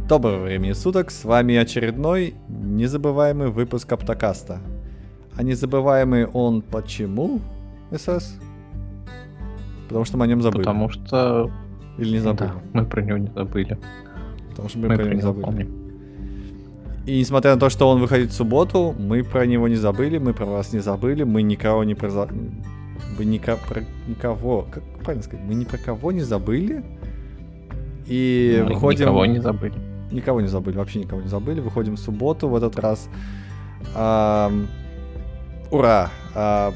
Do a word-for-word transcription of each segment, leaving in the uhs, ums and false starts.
Доброго времени суток, с вами очередной незабываемый выпуск Аптокаста. А незабываемый он почему, СС? Потому что мы о нем забыли. Потому что... Или не забыли? Да, мы про него не забыли. Потому что мы, мы про него не забыли. Помним. И несмотря на то, что он выходит в субботу, мы про него не забыли, мы про вас не забыли, мы никого не про... Мы ника... про никого... Как правильно сказать? Мы ни про кого не забыли. И мы выходим... Никого не забыли. Никого не забыли, вообще никого не забыли. Выходим в субботу в этот раз. А, ура! А,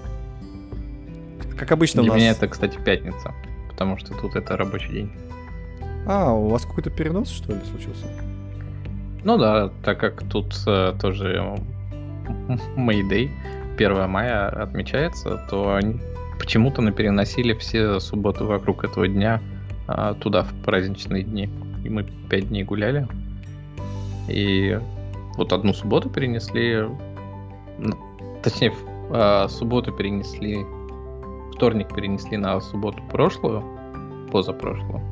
как обычно Для у нас... меня это, кстати, пятница, потому что тут это рабочий день. А, у вас какой-то перенос, что ли, случился? Ну да, так как тут э, тоже May Day, первое мая отмечается, то они почему-то напереносили все субботы вокруг этого дня э, туда, в праздничные дни. И мы пять дней гуляли. И вот одну субботу перенесли. Точнее, в субботу перенесли. Вторник перенесли на субботу прошлую. Позапрошлую.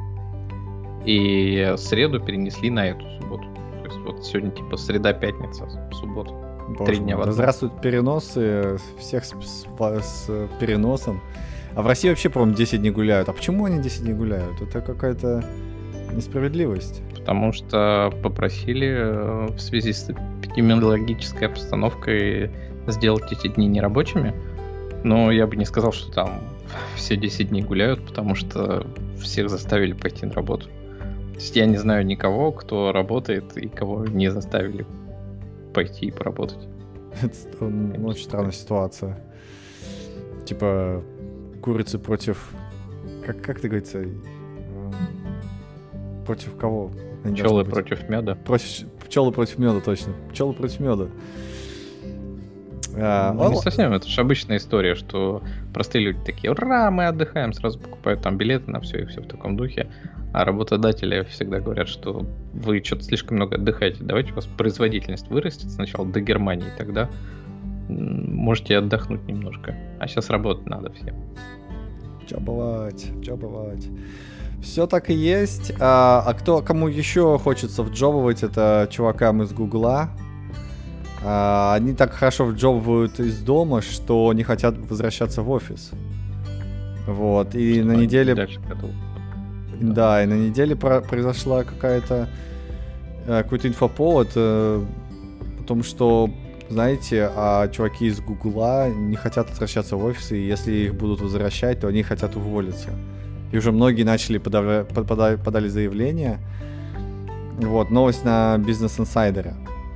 И среду перенесли на эту субботу. То есть вот сегодня типа среда-пятница, суббота. Три дня в одном. Здравствуют переносы. Всех с, с, с переносом. А в России вообще, по-моему, десять дней гуляют. А почему они десять дней гуляют? Это какая-то... несправедливость. Потому что попросили в связи с эпидемиологической обстановкой сделать эти дни нерабочими. Но я бы не сказал, что там все десять дней гуляют, потому что всех заставили пойти на работу. То есть я не знаю никого, кто работает и кого не заставили пойти и поработать. Это ну, очень странная ситуация. Типа курицы против... Как, как это говорится? Против кого? Пчелы против меда. Против, пчелы против меда, точно. Пчелы против меда. А, ну, не совсем, это же обычная история, что простые люди такие: ура, мы отдыхаем, сразу покупают там билеты на все и все в таком духе. А работодатели всегда говорят, что вы что-то слишком много отдыхаете, давайте у вас производительность вырастет сначала до Германии, тогда можете отдохнуть немножко. А сейчас работать надо всем. Чё бывать, чё бывать. Все так и есть. А, а кто, кому еще хочется вджобывать, это чувакам из Гугла. А, они так хорошо вджобывают из дома, что не хотят возвращаться в офис. Вот. И что на неделе... Да, и на неделе про- произошла какая-то... Какой-то инфоповод э, о том, что, знаете, а чуваки из Гугла не хотят возвращаться в офис, и если их будут возвращать, то они хотят уволиться. И уже многие начали подав... подали, подали заявление. Вот, новость на Business Insider.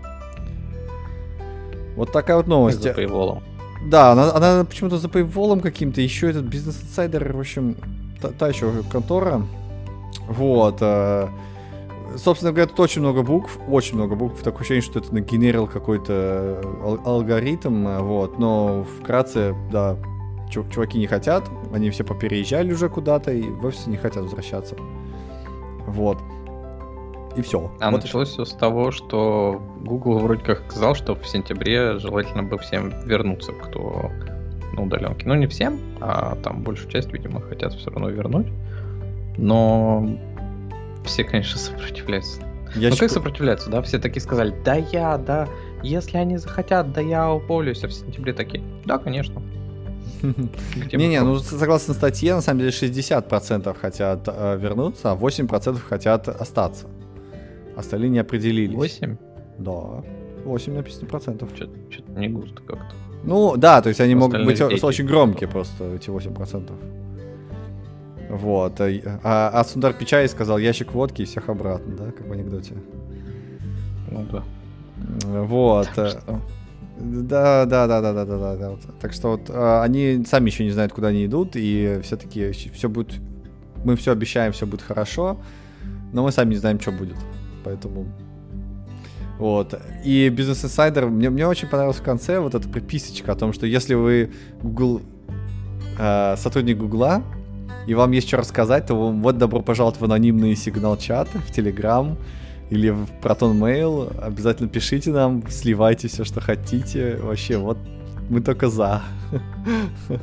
Вот такая вот новость. За пейволом. Да, она, она почему-то за пейволом каким-то. Еще этот Business Insider, в общем, та, та еще контора. Вот. Э, собственно говоря, тут очень много букв. Очень много букв. Такое ощущение, что это нагенерил какой-то ал- алгоритм. Вот. Но вкратце, да, чуваки не хотят, они все попереезжали уже куда-то и в офисы не хотят возвращаться. Вот. И все. А вот началось все с того, что Google вроде как сказал, что в сентябре желательно бы всем вернуться, кто на удаленке. Ну, не всем, а там большую часть, видимо, хотят все равно вернуть. Но все, конечно, сопротивляются. Я ну, щ... как сопротивляются, да? Все такие сказали: да я, да, если они захотят, да я уволюсь. А в сентябре такие: да, конечно. Не-не, ну согласно статье, на самом деле шестьдесят процентов хотят э, вернуться, а восемь процентов хотят остаться. Остальные не определились. восемь? Да, восемь написано процентов. Что-то не густо как-то. Ну да, то есть они остальные могут быть дети. Очень громкие просто, эти восемь процентов. Вот. А, а Сундар Пичай сказал: ящик водки и всех обратно, да, как в анекдоте. Ну да. Вот. Да, да, да, да, да, да, да, да. Так что вот а, они сами еще не знают, куда они идут, и все-таки все будет, мы все обещаем, все будет хорошо, но мы сами не знаем, что будет, поэтому вот. И Business Insider, мне, мне очень понравилось в конце вот эта приписочка о том, что если вы Google, э, сотрудник Гугла, и вам есть что рассказать, то вам, вот добро пожаловать в анонимные сигнал-чаты, в Telegram, или в Proton Mail, обязательно пишите нам, сливайте все, что хотите. Вообще, вот мы только за.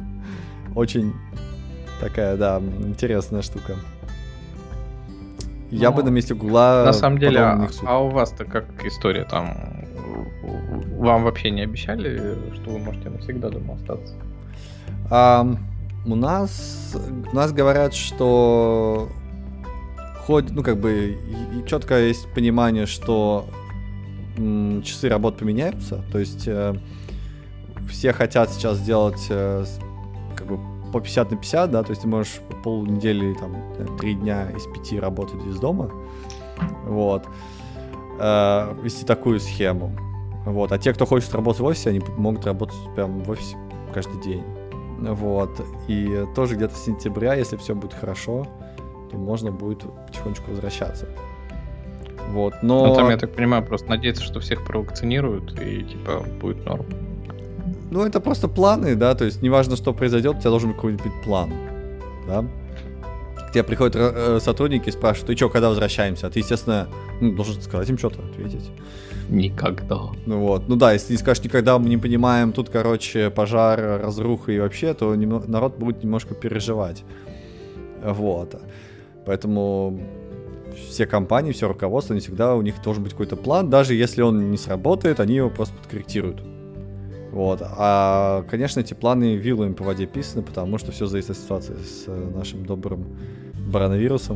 Очень такая, да, интересная штука. Я Ну, бы на месте Гугла На самом деле, подал на а, них в суд. а у вас-то как история там? Вам вообще не обещали, что вы можете навсегда дома остаться? Ам, у нас, у нас говорят, что хоть, ну как бы, и, и четко есть понимание, что м, часы работы поменяются, то есть э, все хотят сейчас сделать э, с- как бы по пятьдесят на пятьдесят, да, то есть ты можешь полнедели, там, э, три дня из пяти работать из дома, вот, э, вести такую схему, вот, а те, кто хочет работать в офисе, они п- могут работать прям в офисе каждый день, вот, и тоже где-то с сентября, если все будет хорошо, то можно будет потихонечку возвращаться, вот, но... Ну, там, я так понимаю, просто надеяться, что всех провакцинируют, и, типа, будет норм. Ну, это просто планы, да, то есть неважно, что произойдет, у тебя должен быть какой-нибудь план, да. К тебе приходят э, сотрудники и спрашивают, и что, когда возвращаемся? А ты, естественно, ну, должен сказать им что-то, ответить. Никогда. Ну вот, ну да, если ты не скажешь никогда, мы не понимаем, тут, короче, пожар, разруха и вообще, то немно- народ будет немножко переживать. Вот. Поэтому все компании, все руководство, не всегда у них должен быть какой-то план, даже если он не сработает, они его просто подкорректируют. Вот. А, конечно, эти планы вилами по воде писаны, потому что все зависит от ситуации с э, нашим добрым коронавирусом.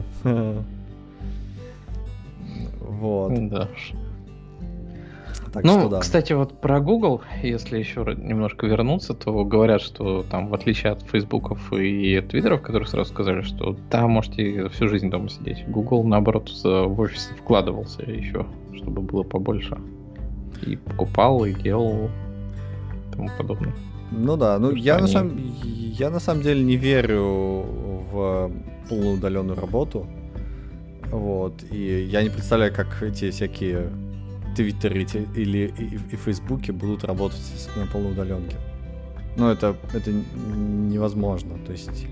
Вот. Да. Так Ну, что да. кстати, вот про Google, если еще ра- немножко вернуться, то говорят, что там, в отличие от Фейсбуков и Твиттеров, которые сразу сказали, что да, можете всю жизнь дома сидеть. Google, наоборот, за- в офис вкладывался еще, чтобы было побольше. И покупал, и делал, и тому подобное. Ну да, ну Потому я что на, они- самом, я на самом деле не верю в полную удаленную работу. Вот. И я не представляю, как эти всякие твиттеры те- или и, и фейсбуки будут работать с- на полной удаленке. Ну, это, это н- невозможно. То есть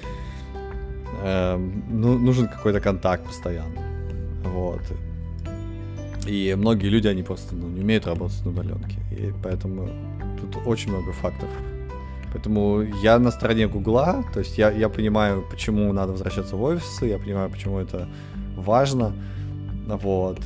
эм, ну, нужен какой-то контакт постоянно. Вот. И многие люди, они просто ну, не умеют работать на удаленке. И поэтому тут очень много факторов. Поэтому я на стороне Гугла, то есть я, я понимаю, почему надо возвращаться в офисы, я понимаю, почему это важно. Вот.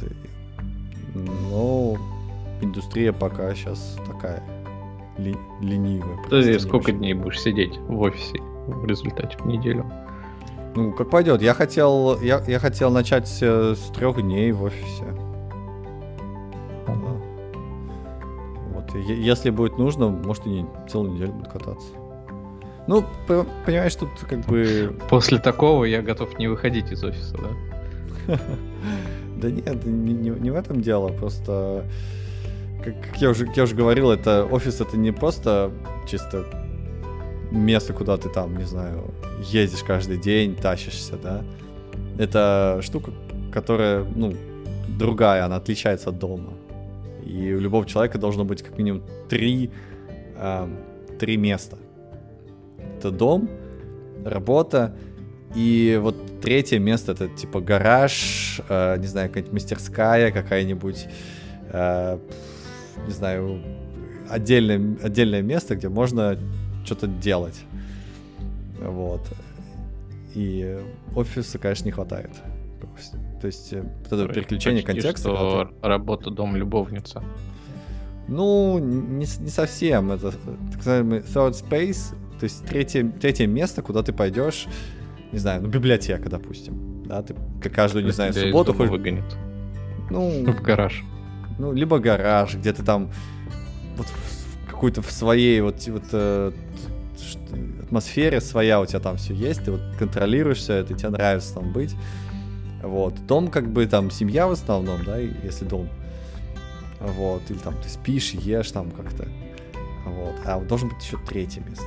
Но индустрия пока сейчас такая ли, ленивая. Ты просто сколько очень. дней будешь сидеть в офисе в результате в неделю? Ну, как пойдет. Я хотел, я, я хотел начать э, с трех дней в офисе. Да. Вот. И е- если будет нужно, может и не целую неделю буду кататься. Ну, п- понимаешь, тут как бы... После такого я готов не выходить из офиса, да? Да нет, не, не- не в этом дело, просто, как, как я, уже, как я уже говорил, это офис это не просто чисто место, куда ты там, не знаю, ездишь каждый день, тащишься, да. Это штука, которая, ну, другая, она отличается от дома. И у любого человека должно быть как минимум три, эм, три места. Это дом, работа, и вот третье место это типа гараж, э, не знаю, какая-нибудь мастерская, какая-нибудь, э, не знаю, отдельное, отдельное место, где можно что-то делать. Вот. И офиса, конечно, не хватает. То есть э, вот это переключение Почти контекста. что когда ты- работа, дом, любовница. Ну, не, с- не совсем. Это так называемый third space, то есть третье, третье место, куда ты пойдешь, не знаю, ну, библиотека, допустим. Да, ты к- каждую, не знаю, Тебя из субботу дома ходишь. выгонят Ну, в гараж. ну, либо гараж, где ты там вот в, в какой-то в своей вот, вот э, ш- атмосфере своя у тебя там все есть, ты вот контролируешь все это, и тебе нравится там быть. Вот. Дом как бы там семья в основном, да, и- если дом. Вот. Или там ты спишь, ешь там как-то. Вот. А вот должен быть еще третье место.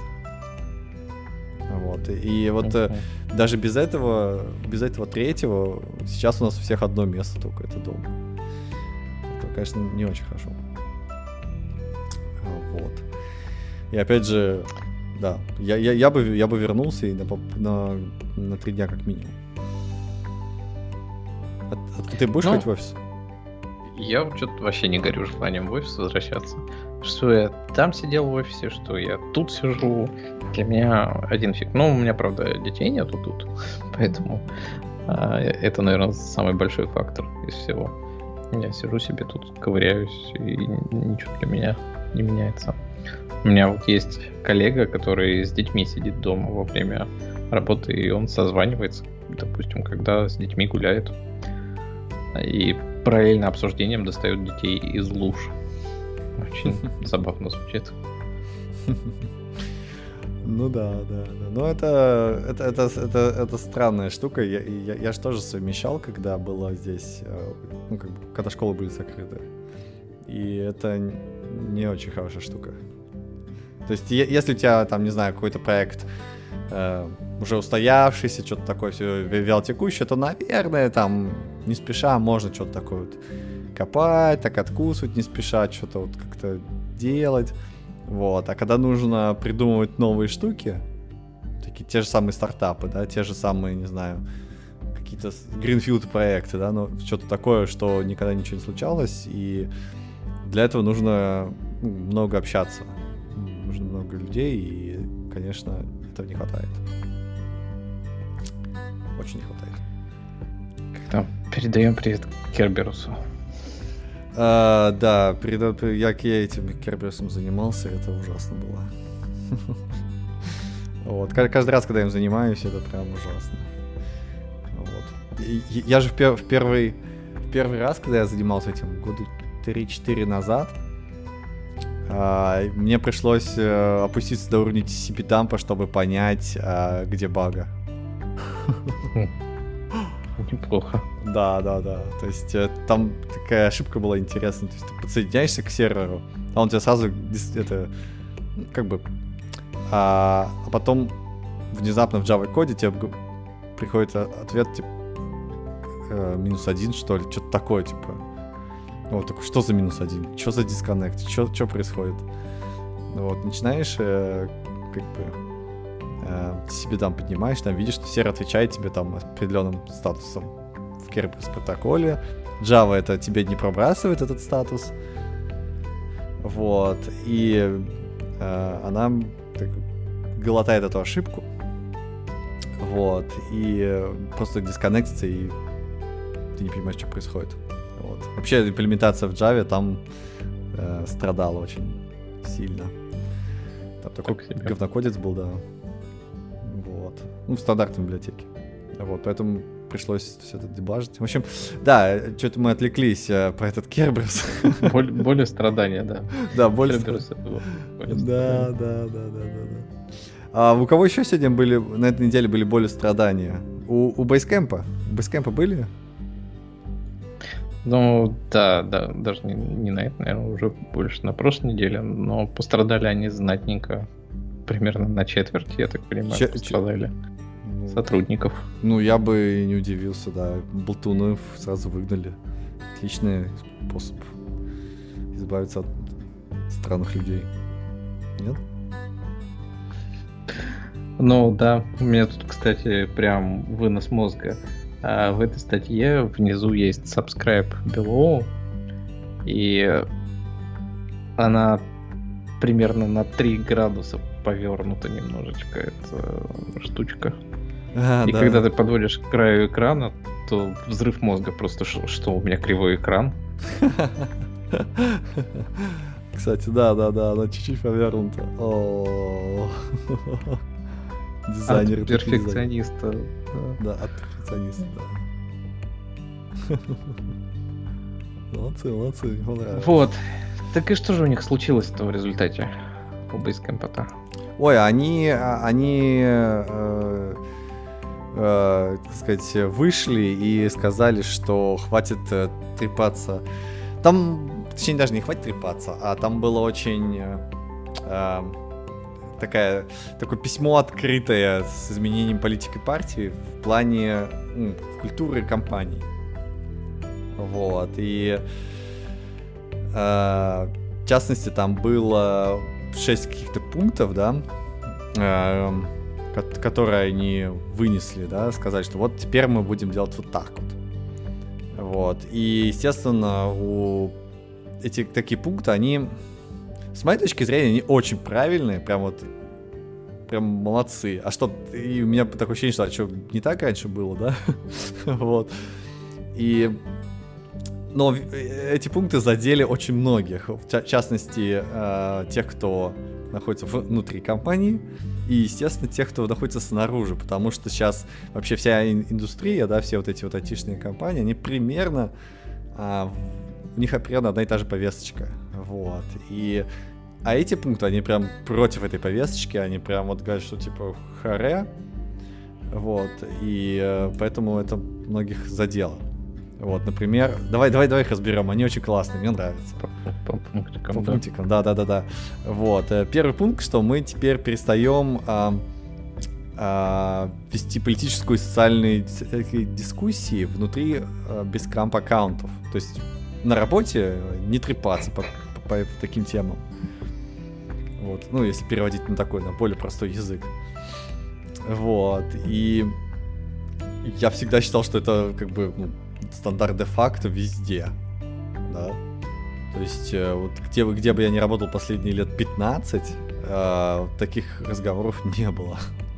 Вот. И, и вот э, Мгм. даже без этого, без этого третьего, сейчас у нас у всех одно место только, это дом. Это, конечно, не очень хорошо. Вот. И опять же, да, я, я, я, бы, я бы вернулся и на, поп- на, на три дня как минимум. А, а ты будешь Ну, ходить в офис? Я вот что-то вообще не горю желанием в офис возвращаться. Что я там сидел в офисе, что я тут сижу. Для меня один фиг. Ну, у меня, правда, детей нету тут. Поэтому Это, наверное, самый большой фактор из всего. Я сижу себе тут, ковыряюсь, и ничего для меня не меняется. У меня вот есть коллега, который с детьми сидит дома во время работы, и он созванивается, допустим, когда с детьми гуляет. И параллельно обсуждением достает детей из луж. Очень забавно звучит. Ну да, да, да. Но это, это, это, это, это странная штука. Я, я, я же тоже совмещал, когда было здесь, ну, как бы, когда школы были закрыты. И это не очень хорошая штука. То есть, если у тебя, там, не знаю, какой-то проект э, уже устоявшийся, что-то такое все вялотекущее, то, наверное, там, не спеша можно что-то такое вот копать, так откусывать не спеша, что-то вот как-то делать. Вот. А когда нужно придумывать новые штуки, такие те же самые стартапы, да, те же самые, не знаю, какие-то greenfield проекты, да, но что-то такое, что никогда ничего не случалось, и для этого нужно, ну, много общаться, нужно много людей, и, конечно, этого не хватает. Очень не хватает. Как-то передаем привет Керберусу. А, да, перед, я, я этим Керберусом занимался, это ужасно было. Вот. Каждый раз, когда я им занимаюсь, это прям ужасно. Вот. И, я же в, пер, в, первый, в первый раз, когда я занимался этим, года три-четыре назад, а, мне пришлось а, опуститься до уровня ти си пи-дампа, чтобы понять, а, где бага. Неплохо. Да, да, да. То есть там такая ошибка была интересная. То есть ты подсоединяешься к серверу, а он тебе сразу это как бы... А, а потом внезапно в Java коде тебе приходит ответ типа э, минус один, что ли, что-то такое, типа. Вот такой, что за минус один? Что за дисконнект? Что, что происходит? Вот, начинаешь э, как бы ты себе там поднимаешь, там видишь, что сервер отвечает тебе там определенным статусом в Kerberos протоколе. Java это тебе не пробрасывает этот статус. Вот. И э, она так, глотает эту ошибку. Вот. И э, просто дисконнектится, и ты не понимаешь, что происходит. Вот. Вообще имплементация в Java там э, страдала очень сильно. Там такой так говнокодец был, да. Вот. Ну, в стандартной библиотеке. Вот, поэтому пришлось все это дебажить. В общем, да, что-то мы отвлеклись э, про этот Kerberos. Боль, более страдания, да. Да, более страдания. Да, да, да, да, да. А у кого еще сегодня были, на этой неделе были более страдания? У, у Basecamp? У Basecamp были? Ну, да, да, даже не, не на это, наверное, уже больше на прошлой неделе, но пострадали они знатненько. Примерно на четверть, я так понимаю, Че- пострадали ну, сотрудников. Ну, я бы не удивился, да. Болтунов сразу выгнали. Отличный способ избавиться от странных людей. Нет? Ну, да. У меня тут, кстати, прям вынос мозга. А в этой статье внизу есть subscribe below, и она примерно на три градуса повернута немножечко эта штучка. А, и да. Когда ты подводишь к краю экрана, то взрыв мозга просто, что, что у меня кривой экран. Кстати, да, да, да, она чуть-чуть повернута. Дизайнер. От перфекциониста. Да, от перфекциониста, да. Молодцы, молодцы, мне понравилось. Вот. Так и что же у них случилось-то в результате у Basecamp-то? Ой, они, они, э, э, так сказать, вышли и сказали, что хватит э, трепаться. Там, точнее, даже не хватит трепаться, а там было очень э, такая, такое письмо открытое с изменением политики партии в плане ну, культуры компании. Вот, и э, в частности, там было шесть каких-то пунктов, да, э, которые они вынесли, да, сказать, что вот теперь мы будем делать вот так вот. Вот, и, естественно, у эти такие пункты, они, с моей точки зрения, они очень правильные, прям вот прям молодцы. А что, и у меня такое ощущение, что, а что, не так раньше было, да? Вот. И... Но эти пункты задели очень многих, в частности, э, тех, кто находится внутри компании, и, естественно, тех, кто находится снаружи, потому что сейчас вообще вся индустрия, да, все вот эти вот айтишные компании, они примерно, э, у них примерно одна и та же повесточка, вот, и, а эти пункты, они прям против этой повесточки, они прям вот говорят, что типа харе, вот, и э, поэтому это многих задело. Вот, например, давай, давай, давай их разберем, они очень классные, мне нравятся. По, по пунктикам, По да. пунктикам, да, да, да, да. Вот, первый пункт, что мы теперь перестаем а, а, вести политическую и социальные дискуссии внутри а, бейскамп аккаунтов. То есть на работе не трепаться по, по, по таким темам. Вот, ну, если переводить на такой, на более простой язык. Вот, и я всегда считал, что это как бы, ну, стандарт де-факто везде, да. То есть э, вот где, где бы я ни работал последние лет пятнадцать, э, таких разговоров не было.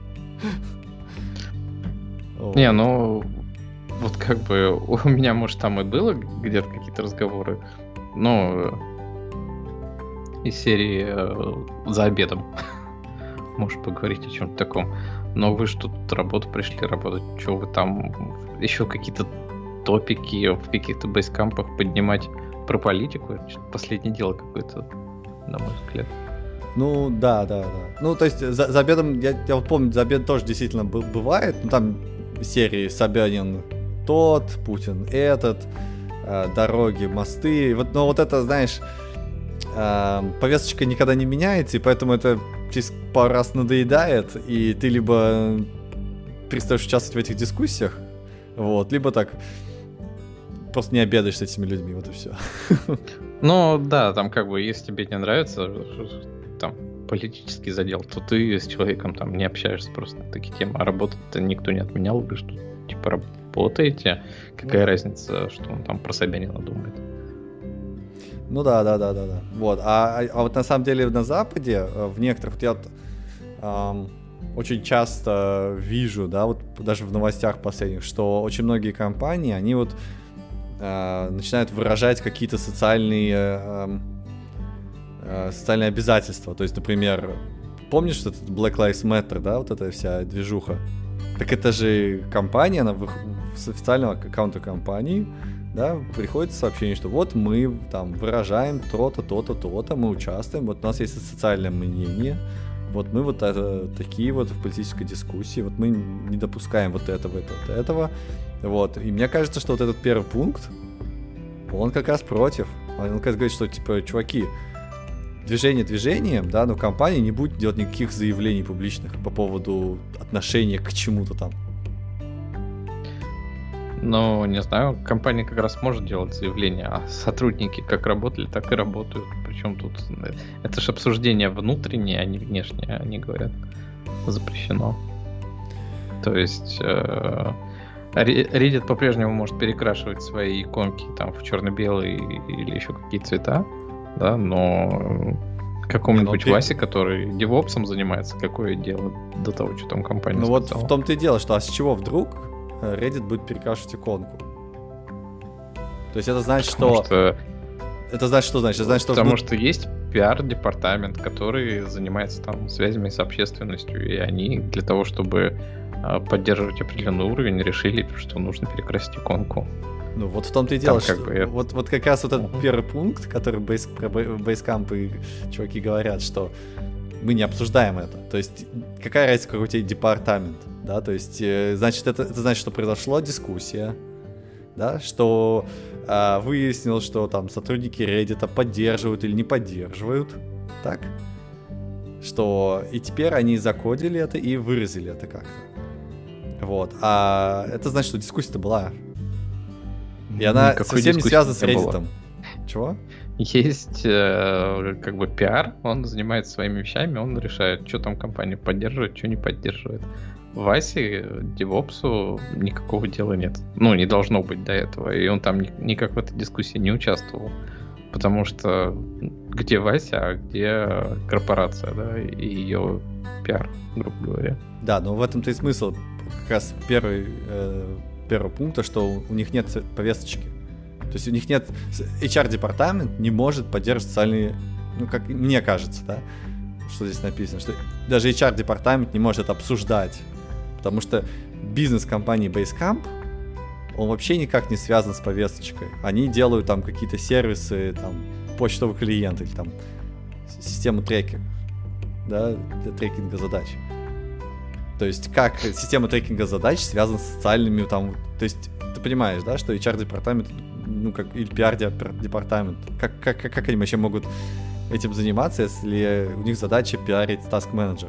Не, ну вот как бы у меня, может, там и было где-то какие-то разговоры, но из серии э, за обедом можешь поговорить о чем-то таком. Но вы что тут работу пришли работать, что вы там еще какие-то топики в каких-то бейскампах поднимать про политику? Последнее дело какое-то, на мой взгляд. Ну, да, да, да. Ну, то есть за, за обедом, я, я вот помню, за обедом тоже действительно был, бывает. Ну, там серии Собянин тот, Путин этот, э, дороги, мосты. Вот, но вот это, знаешь, э, повесточка никогда не меняется, и поэтому это через пару раз надоедает, и ты либо перестаешь участвовать в этих дискуссиях, вот, либо так просто не обедаешь с этими людьми, вот и все. Ну, да, там как бы, если тебе не нравится там политический задел, то ты с человеком там не общаешься просто на такие темы, а работу-то никто не отменял, вы что, типа, работаете, какая ну, разница, что он там про Собянина думает. Ну да, да, да, да, да. Вот, а, а вот на самом деле на Западе, в некоторых, вот я вот, эм, очень часто вижу, да, вот даже в новостях последних, что очень многие компании, они вот э, начинают выражать какие-то социальные, э, э, социальные обязательства. То есть, например, помнишь вот этот Black Lives Matter, да, вот эта вся движуха? Так это же компания, она в, с официального аккаунта компании, да, приходит сообщение, что вот мы там выражаем то-то, то-то, то-то, мы участвуем, вот у нас есть социальное мнение, вот мы вот это, такие вот в политической дискуссии, вот мы не допускаем вот этого, этого, вот этого, вот. И мне кажется, что вот этот первый пункт, он как раз против. Он как раз говорит, что, типа, чуваки, движение движением, да, но компания не будет делать никаких заявлений публичных по поводу отношения к чему-то там. Ну, не знаю, компания как раз может делать заявления, а сотрудники как работали, так и работают. Причем тут это же обсуждение внутреннее, а не внешнее, они говорят, запрещено. То есть э, Reddit по-прежнему может перекрашивать свои иконки там в черно-белый или еще какие цвета, да, но какому-нибудь Васе, который девопсом занимается, какое дело до того, что там компания Ну сказала. вот в том-то и дело, что а с чего вдруг Reddit будет перекрашивать иконку? То есть это значит, Потому что... что... Это значит, что значит? Это значит, что... Потому вну... что есть пиар-департамент, который занимается там связями с общественностью, и они для того, чтобы э, поддерживать определенный уровень, решили, что нужно перекрасить иконку. Ну вот в том-то и дело, Там, что... как бы... вот, вот как раз вот этот uh-huh. первый пункт, который бейс... про бейскампы чуваки говорят, что мы не обсуждаем это. То есть какая разница, какой у тебя департамент? Да, то есть, э, значит, это, это значит, что произошла дискуссия, да, что э, выяснилось, что там сотрудники Reddit поддерживают или не поддерживают, так? Что и теперь они закодили это и выразили это как-то. Вот. А это значит, что дискуссия-то была. И она Никакой совсем не связана с не Reddit. было. Чего? Есть э, как бы пиар, он занимается своими вещами, он решает, что там компания поддерживает, что не поддерживает. Васе, девопсу никакого дела нет. Ну, не должно быть до этого. И он там ни- никак в этой дискуссии не участвовал. Потому что где Вася, а где корпорация, да, и ее пиар, грубо говоря. Да, но в этом-то и смысл как раз первый, э, первого пункта, что у, у них нет повесточки. То есть у них нет... эйч ар-департамент не может поддерживать социальные... Ну, как мне кажется, да, что здесь написано, что даже эйч ар-департамент не может это обсуждать, потому что бизнес компании Basecamp, он вообще никак не связан с повесточкой. Они делают там какие-то сервисы, там, почтовых клиентов, или там систему трекинга, да, для трекинга задач. То есть как система трекинга задач связана с социальными там... То есть ты понимаешь, да, что эйч ар-департамент, ну, как, или пи ар-департамент, как, как, как они вообще могут этим заниматься, если у них задача пиарить task-менеджер?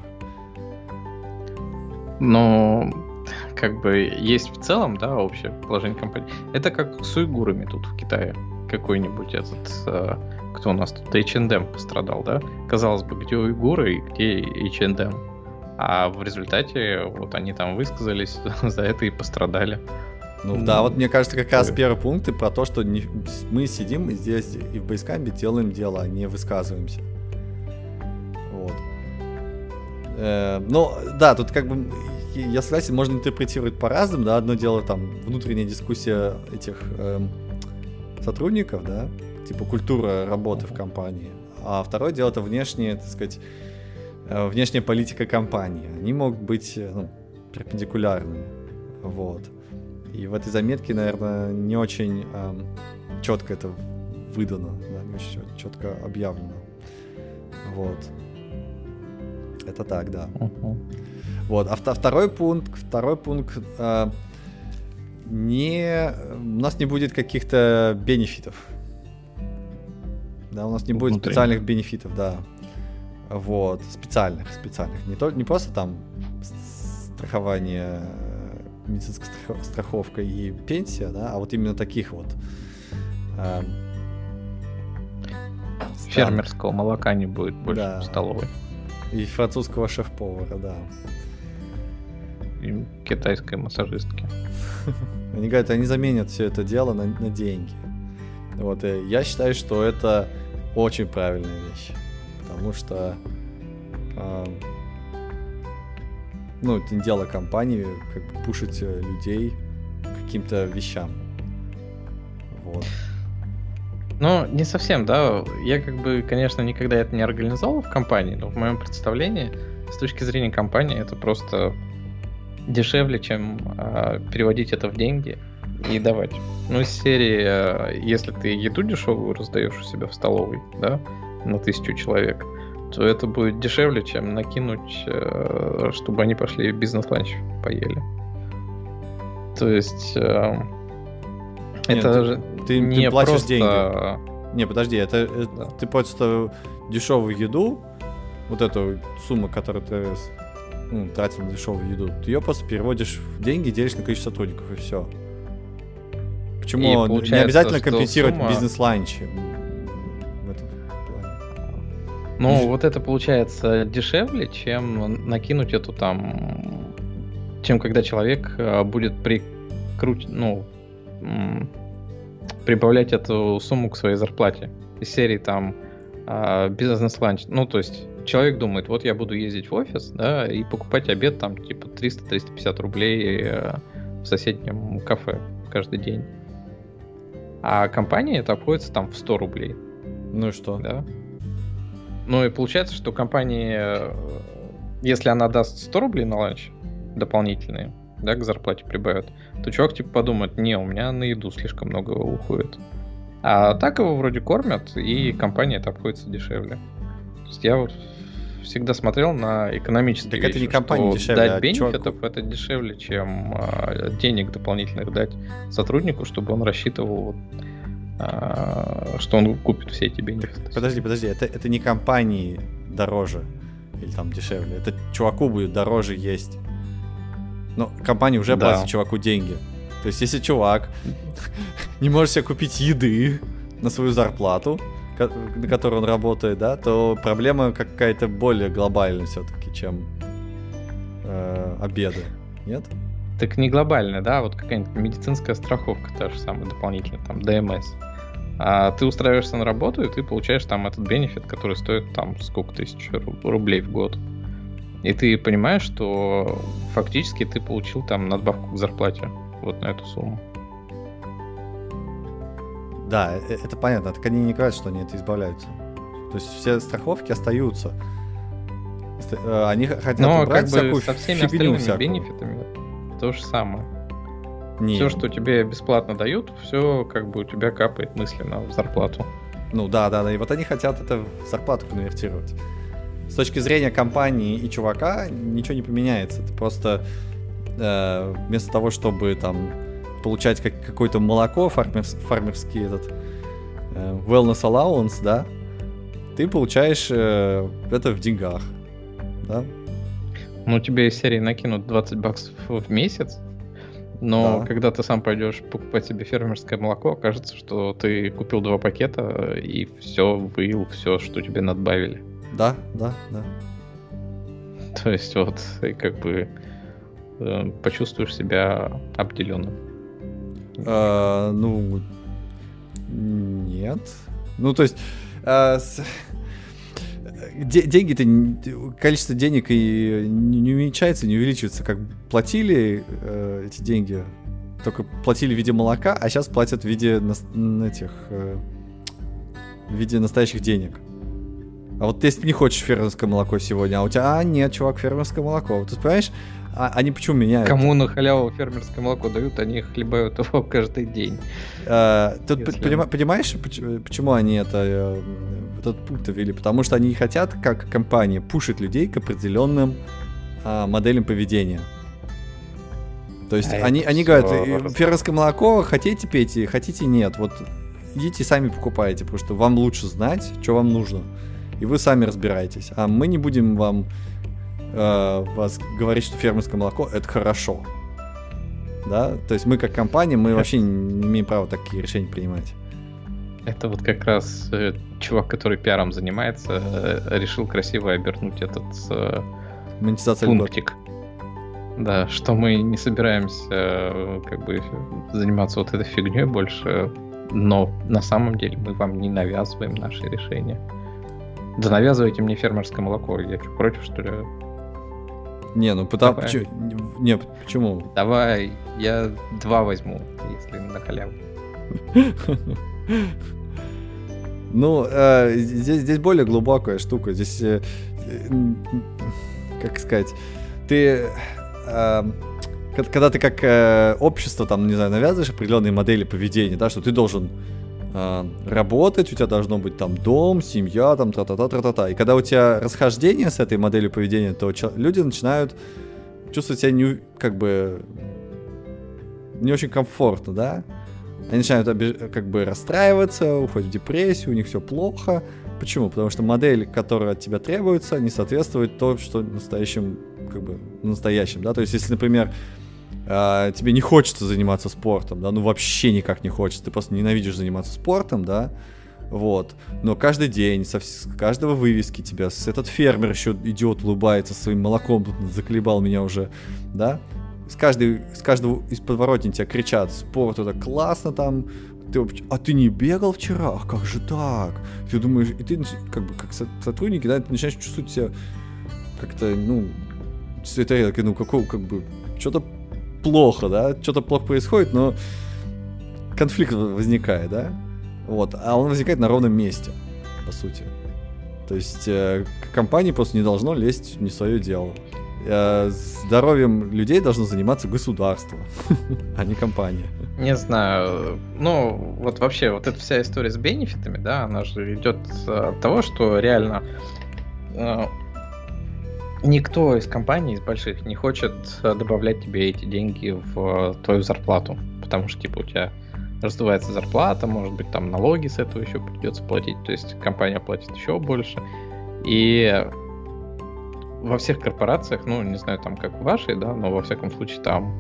Ну, как бы есть в целом, да, общее положение компании. Это как с уйгурами тут в Китае. Какой-нибудь этот, э, кто у нас тут, эйч энд эм пострадал, да? Казалось бы, где уйгуры и где эйч энд эм. А в результате вот они там высказались, за это и пострадали. Ну да, вот мне кажется, как раз первый пункт и про то, что не, мы сидим здесь и в Basecamp делаем дело, а не высказываемся. Вот. Э, ну, да, тут как бы, я согласен, можно интерпретировать по-разному, да, одно дело там внутренняя дискуссия этих э, сотрудников, да, типа культура работы в компании, а второе дело это внешняя, так сказать, э, внешняя политика компании. Они могут быть, ну, перпендикулярными, вот. И в этой заметке, наверное, не очень э, четко это выдано, да, не очень четко объявлено. Вот. Это так, да. Uh-huh. Вот. А второй пункт, второй пункт, э, не, у нас не будет каких-то бенефитов. Да, у нас не будет Внутри. специальных бенефитов, да. Вот, специальных, специальных. Не, то, не просто там страхование, медицинская страховка и пенсия, да, а вот именно таких вот. Э, Фермерского молока не будет больше, да, в столовой. И французского шеф-повара, да. И китайской массажистки. Они говорят, они заменят все это дело на, на деньги. Вот, и я считаю, что это очень правильная вещь. Потому что э, ну, это не дело компании, как бы пушить людей к каким-то вещам. Вот. Ну, не совсем, да. Я как бы, конечно, никогда это не организовал в компании, но в моем представлении, с точки зрения компании, это просто дешевле, чем э, переводить это в деньги и давать. Ну, из серии, э, если ты еду дешевую раздаешь у себя в столовой, да, на тысячу человек, то это будет дешевле, чем накинуть, э, чтобы они пошли бизнес-ланч поели. То есть э, Нет, это ты, же ты, не ты платишь просто... деньги. Не, подожди, это, да. Ты просто дешевую еду, вот эту сумму, которую ты, ну, тратил на дешевую еду, ты ее просто переводишь в деньги, делишь на количество сотрудников, и все. Почему не обязательно компенсировать сумма... бизнес-ланч в этом плане? Ну, Деш... вот это получается дешевле, чем накинуть эту там... Чем когда человек будет прикруть... Ну, прибавлять эту сумму к своей зарплате. Из серии там бизнес-ланч. Ну, то есть человек думает, вот я буду ездить в офис, да, и покупать обед там типа триста-триста пятьдесят рублей в соседнем кафе каждый день. А компания это обходится там в сто рублей. Ну и что? Да. Ну и получается, что компания, если она даст сто рублей на ланч дополнительные, да, к зарплате прибавят, то чувак типа подумает, не, у меня на еду слишком много уходит. А так его вроде кормят, и компания это обходится дешевле. То есть я вот всегда смотрел на экономические так вещи. Это не компания дешевле, дать а бенефитов чувак... это дешевле, чем а, денег дополнительных дать сотруднику, чтобы он рассчитывал, а, что он купит все эти бенефиты. Подожди, подожди, это, это не компании дороже или там дешевле, это чуваку будет дороже есть. Но компания уже да. платит чуваку деньги. То есть если чувак не может себе купить еды на свою зарплату, на которой он работает, да, то проблема какая-то более глобальная все-таки, чем э, обеды, нет? Так не глобальная, да, вот какая-нибудь медицинская страховка та же самая дополнительная, там ДМС. А ты устраиваешься на работу, и ты получаешь там этот бенефит, который стоит там сколько тысяч рублей в год. И ты понимаешь, что фактически ты получил там надбавку к зарплате вот на эту сумму. Да, это понятно. Так они не говорят, что они это избавляются. То есть все страховки остаются. Они хотят Но убрать как всякую бы со всеми фигню остальными всякую. бенефитами то же самое. Не. Все, что тебе бесплатно дают, все как бы у тебя капает мысленно в зарплату. Ну да, да, да. И вот они хотят это в зарплату конвертировать. С точки зрения компании и чувака ничего не поменяется. Ты просто э, вместо того, чтобы там получать как, какое-то молоко, фармерс, фармерский этот э, wellness allowance, да, ты получаешь э, это в деньгах, да. Ну, тебе из серии накинут двадцать баксов в месяц, но Да. когда ты сам пойдешь покупать себе фермерское молоко, окажется, что ты купил два пакета и все выил, все, что тебе надбавили. Да, да, да. То есть вот, и как бы э, почувствуешь себя обделенным. Э, ну, нет. Ну, то есть, э, с- де- деньги-то, н- количество денег и не не уменьшается, не увеличивается. Как платили э, эти деньги, только платили в виде молока, а сейчас платят в виде нас- н- этих, э, в виде настоящих денег. А вот если ты не хочешь фермерское молоко сегодня, а у тебя, а нет, чувак, фермерское молоко. Вот ты понимаешь, а, они почему меняют? Кому на халяву фермерское молоко дают, они хлебают его каждый день. Э, Тут Если- понима- понимаешь, поч- почему они это э, этот пункт ввели? Потому что они хотят, как компания, пушить людей к определенным а, моделям поведения. То есть А они, это они всё говорят, э, раз- фермерское молоко хотите пейте, хотите нет. Вот идите сами покупайте, потому что вам лучше знать, что вам нужно. И вы сами разбираетесь. А мы не будем вам э, вас говорить, что фермерское молоко это хорошо. Да? То есть мы как компания, мы вообще не имеем права такие решения принимать. Это вот как раз э, чувак, который пиаром занимается, э, решил красиво обернуть этот э, Монетизация льгот. пунктик. Да, что мы не собираемся э, как бы заниматься вот этой фигней больше, но на самом деле мы вам не навязываем наши решения. Да навязывайте мне фермерское молоко, я что, против, что ли? Не, ну потому... Давай. почему- Не, почему? Давай, я два возьму, если на халяву. Ну, э, здесь, здесь более глубокая штука. Здесь, э, э, м, как сказать, ты, э, к- когда ты как э, общество, там, не знаю, навязываешь определенные модели поведения, да, что ты должен э, работать, у тебя должно быть там дом, семья, там, тра-та-та, тра-та-та. И когда у тебя расхождение с этой моделью поведения, то чел- люди начинают чувствовать себя не, как бы, не очень комфортно, да? Они начинают обиж- как бы расстраиваться, уходят в депрессию, у них все плохо. Почему? Потому что модель, которая от тебя требуется, не соответствует тому, что настоящим, как бы, настоящим, да? То есть, если, например, э, тебе не хочется заниматься спортом, да, ну вообще никак не хочется, ты просто ненавидишь заниматься спортом, да, вот, но каждый день, со вс- с каждого вывески тебя, с- этот фермер еще идиот улыбается своим молоком, тут заколебал меня уже, да, с, каждой, с каждого из подворотни тебя кричат: спорт это классно там, ты, вообще- а ты не бегал вчера? А как же так? Ты думаешь, и ты нач- как бы как со- сотрудники, да, ты начинаешь чувствовать себя как-то, ну, это, ну, какого, как бы, что-то плохо, да, что-то плохо происходит, но конфликт возникает, да, вот, а он возникает на ровном месте, по сути. То есть э, к- компании просто не должно лезть в не свое дело. Э, здоровьем людей должно заниматься государство, а не компания. Не знаю, ну вот вообще вот эта вся история с бенефитами, да, она же идет от того, что реально э, никто из компаний, из больших, не хочет э, добавлять тебе эти деньги в э, твою зарплату, потому что типа у тебя раздувается зарплата, может быть там налоги с этого еще придется платить, то есть компания платит еще больше, и во всех корпорациях, ну не знаю там как в вашей, да, но во всяком случае там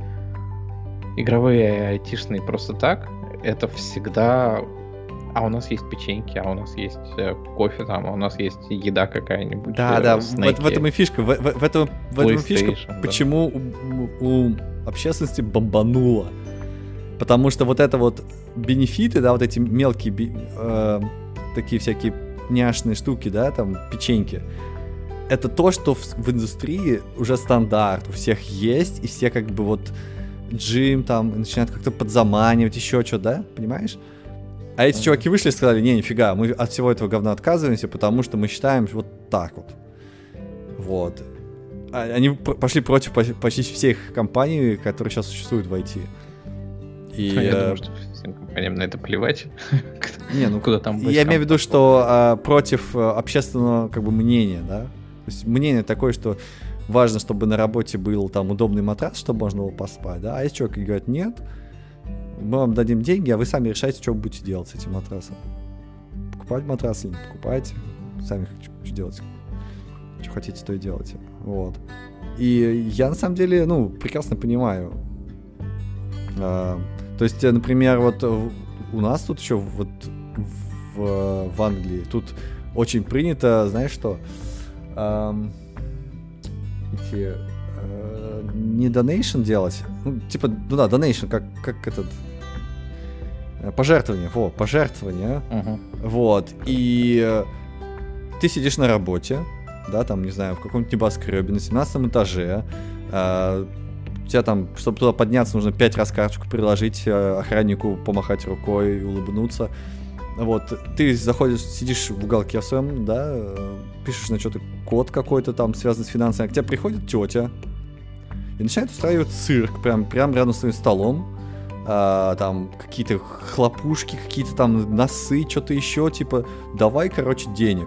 игровые айтишные просто так, это всегда... А у нас есть печеньки, а у нас есть э, кофе там, а у нас есть еда какая-нибудь. Да, э, да, в, снеки. в этом и фишка. В, в- в этом, в этом и фишка, PlayStation, да. почему у, у- у общественности бомбануло. Потому что вот это вот бенефиты, да, вот эти мелкие, э, такие всякие няшные штуки, да, там, печеньки, это то, что в, в индустрии уже стандарт, у всех есть, и все как бы вот джим там начинают как-то подзаманивать, еще что, да, понимаешь? А эти mm-hmm. чуваки вышли и сказали, не, нифига, мы от всего этого говна отказываемся, потому что мы считаем вот так вот. Вот. Они пошли против почти всех компаний, которые сейчас существуют в ай ти. И, я э... думаю, что всем компаниям на это плевать. Не, ну куда там я имею в виду, что а, против общественного как бы мнения, да. То есть мнение такое, что важно, чтобы на работе был там удобный матрас, чтобы можно было поспать, да. А есть человек, который говорит, нет, мы вам дадим деньги, а вы сами решаете, что вы будете делать с этим матрасом. Покупать матрас или не покупать, сами что делать. Что хотите, то и делайте. Вот. И я на самом деле, ну, прекрасно понимаю. А, то есть, например, вот у нас тут еще вот в, в Англии тут очень принято, знаешь что, а, эти а, не donation делать, ну, типа, ну да, donation, как, как этот пожертвование, во, пожертвование, uh-huh. Вот, и ты сидишь на работе, да, там, не знаю, в каком-нибудь небоскребе на семнадцатом этаже, э, у тебя там, чтобы туда подняться, нужно пять раз карточку приложить, э, охраннику помахать рукой, улыбнуться. Вот, ты заходишь, сидишь в уголке в своем, да, э, пишешь на что-то код какой-то там, связанный с финансами, а к тебе приходит тетя и начинает устраивать цирк, прям, прям рядом с твоим столом, э, там, какие-то хлопушки, какие-то там носы, что-то еще, типа, давай, короче, денег.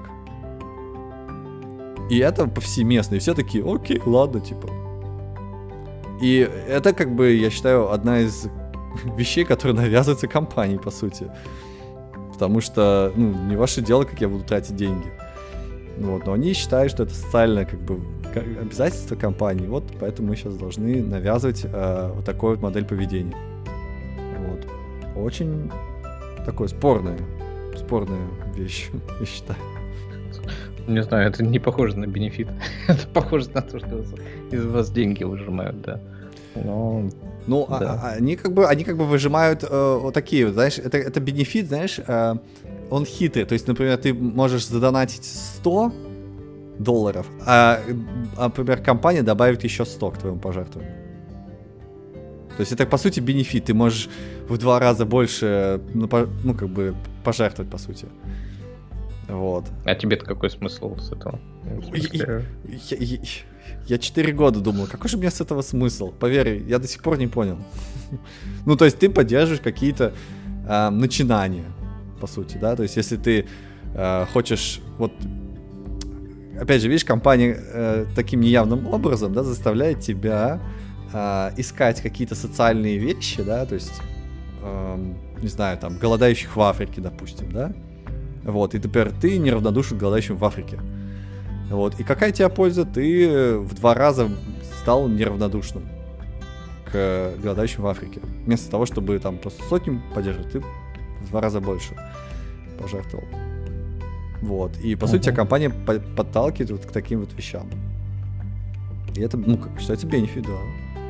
И это повсеместно, и все такие, окей, ладно, типа. И это, как бы, я считаю, одна из вещей, которые навязываются компанией, по сути. Потому что, ну, не ваше дело, как я буду тратить деньги. Вот, но они считают, что это социальное, как бы, обязательство компании. Вот, поэтому мы сейчас должны навязывать э, вот такую вот модель поведения. Вот. Очень такое спорная, спорная вещь, я считаю. Не знаю, это не похоже на бенефит. Это похоже на то, что из вас деньги выжимают, да. Но... Ну, да. а, они как бы, они как бы выжимают э, вот такие вот, знаешь, это, это бенефит, знаешь, э, он хитрый. То есть, например, ты можешь задонатить сто долларов, а, а, например, компания добавит еще сто к твоему пожертвованию. То есть это, по сути, бенефит. Ты можешь в два раза больше, ну, по, ну как бы, пожертвовать, по сути. Вот. А тебе-то какой смысл с этого? Я, я, я четыре года думал, какой же у меня с этого смысл? Поверь, я до сих пор не понял. Ну, то есть ты поддерживаешь какие-то э, начинания, по сути, да? То есть если ты э, хочешь, вот, опять же, видишь, компания э, таким неявным образом, да, заставляет тебя э, искать какие-то социальные вещи, да, то есть, э, не знаю, там, голодающих в Африке, допустим, да? Вот, и теперь ты неравнодушен к голодающим в Африке. Вот, и какая тебе польза? Ты в два раза стал неравнодушным к голодающим в Африке. Вместо того, чтобы там просто сотню поддерживать, ты в два раза больше пожертвовал. Вот, и по uh-huh. сути компания по- подталкивает вот к таким вот вещам. И это, ну, как считается, бенефит, да.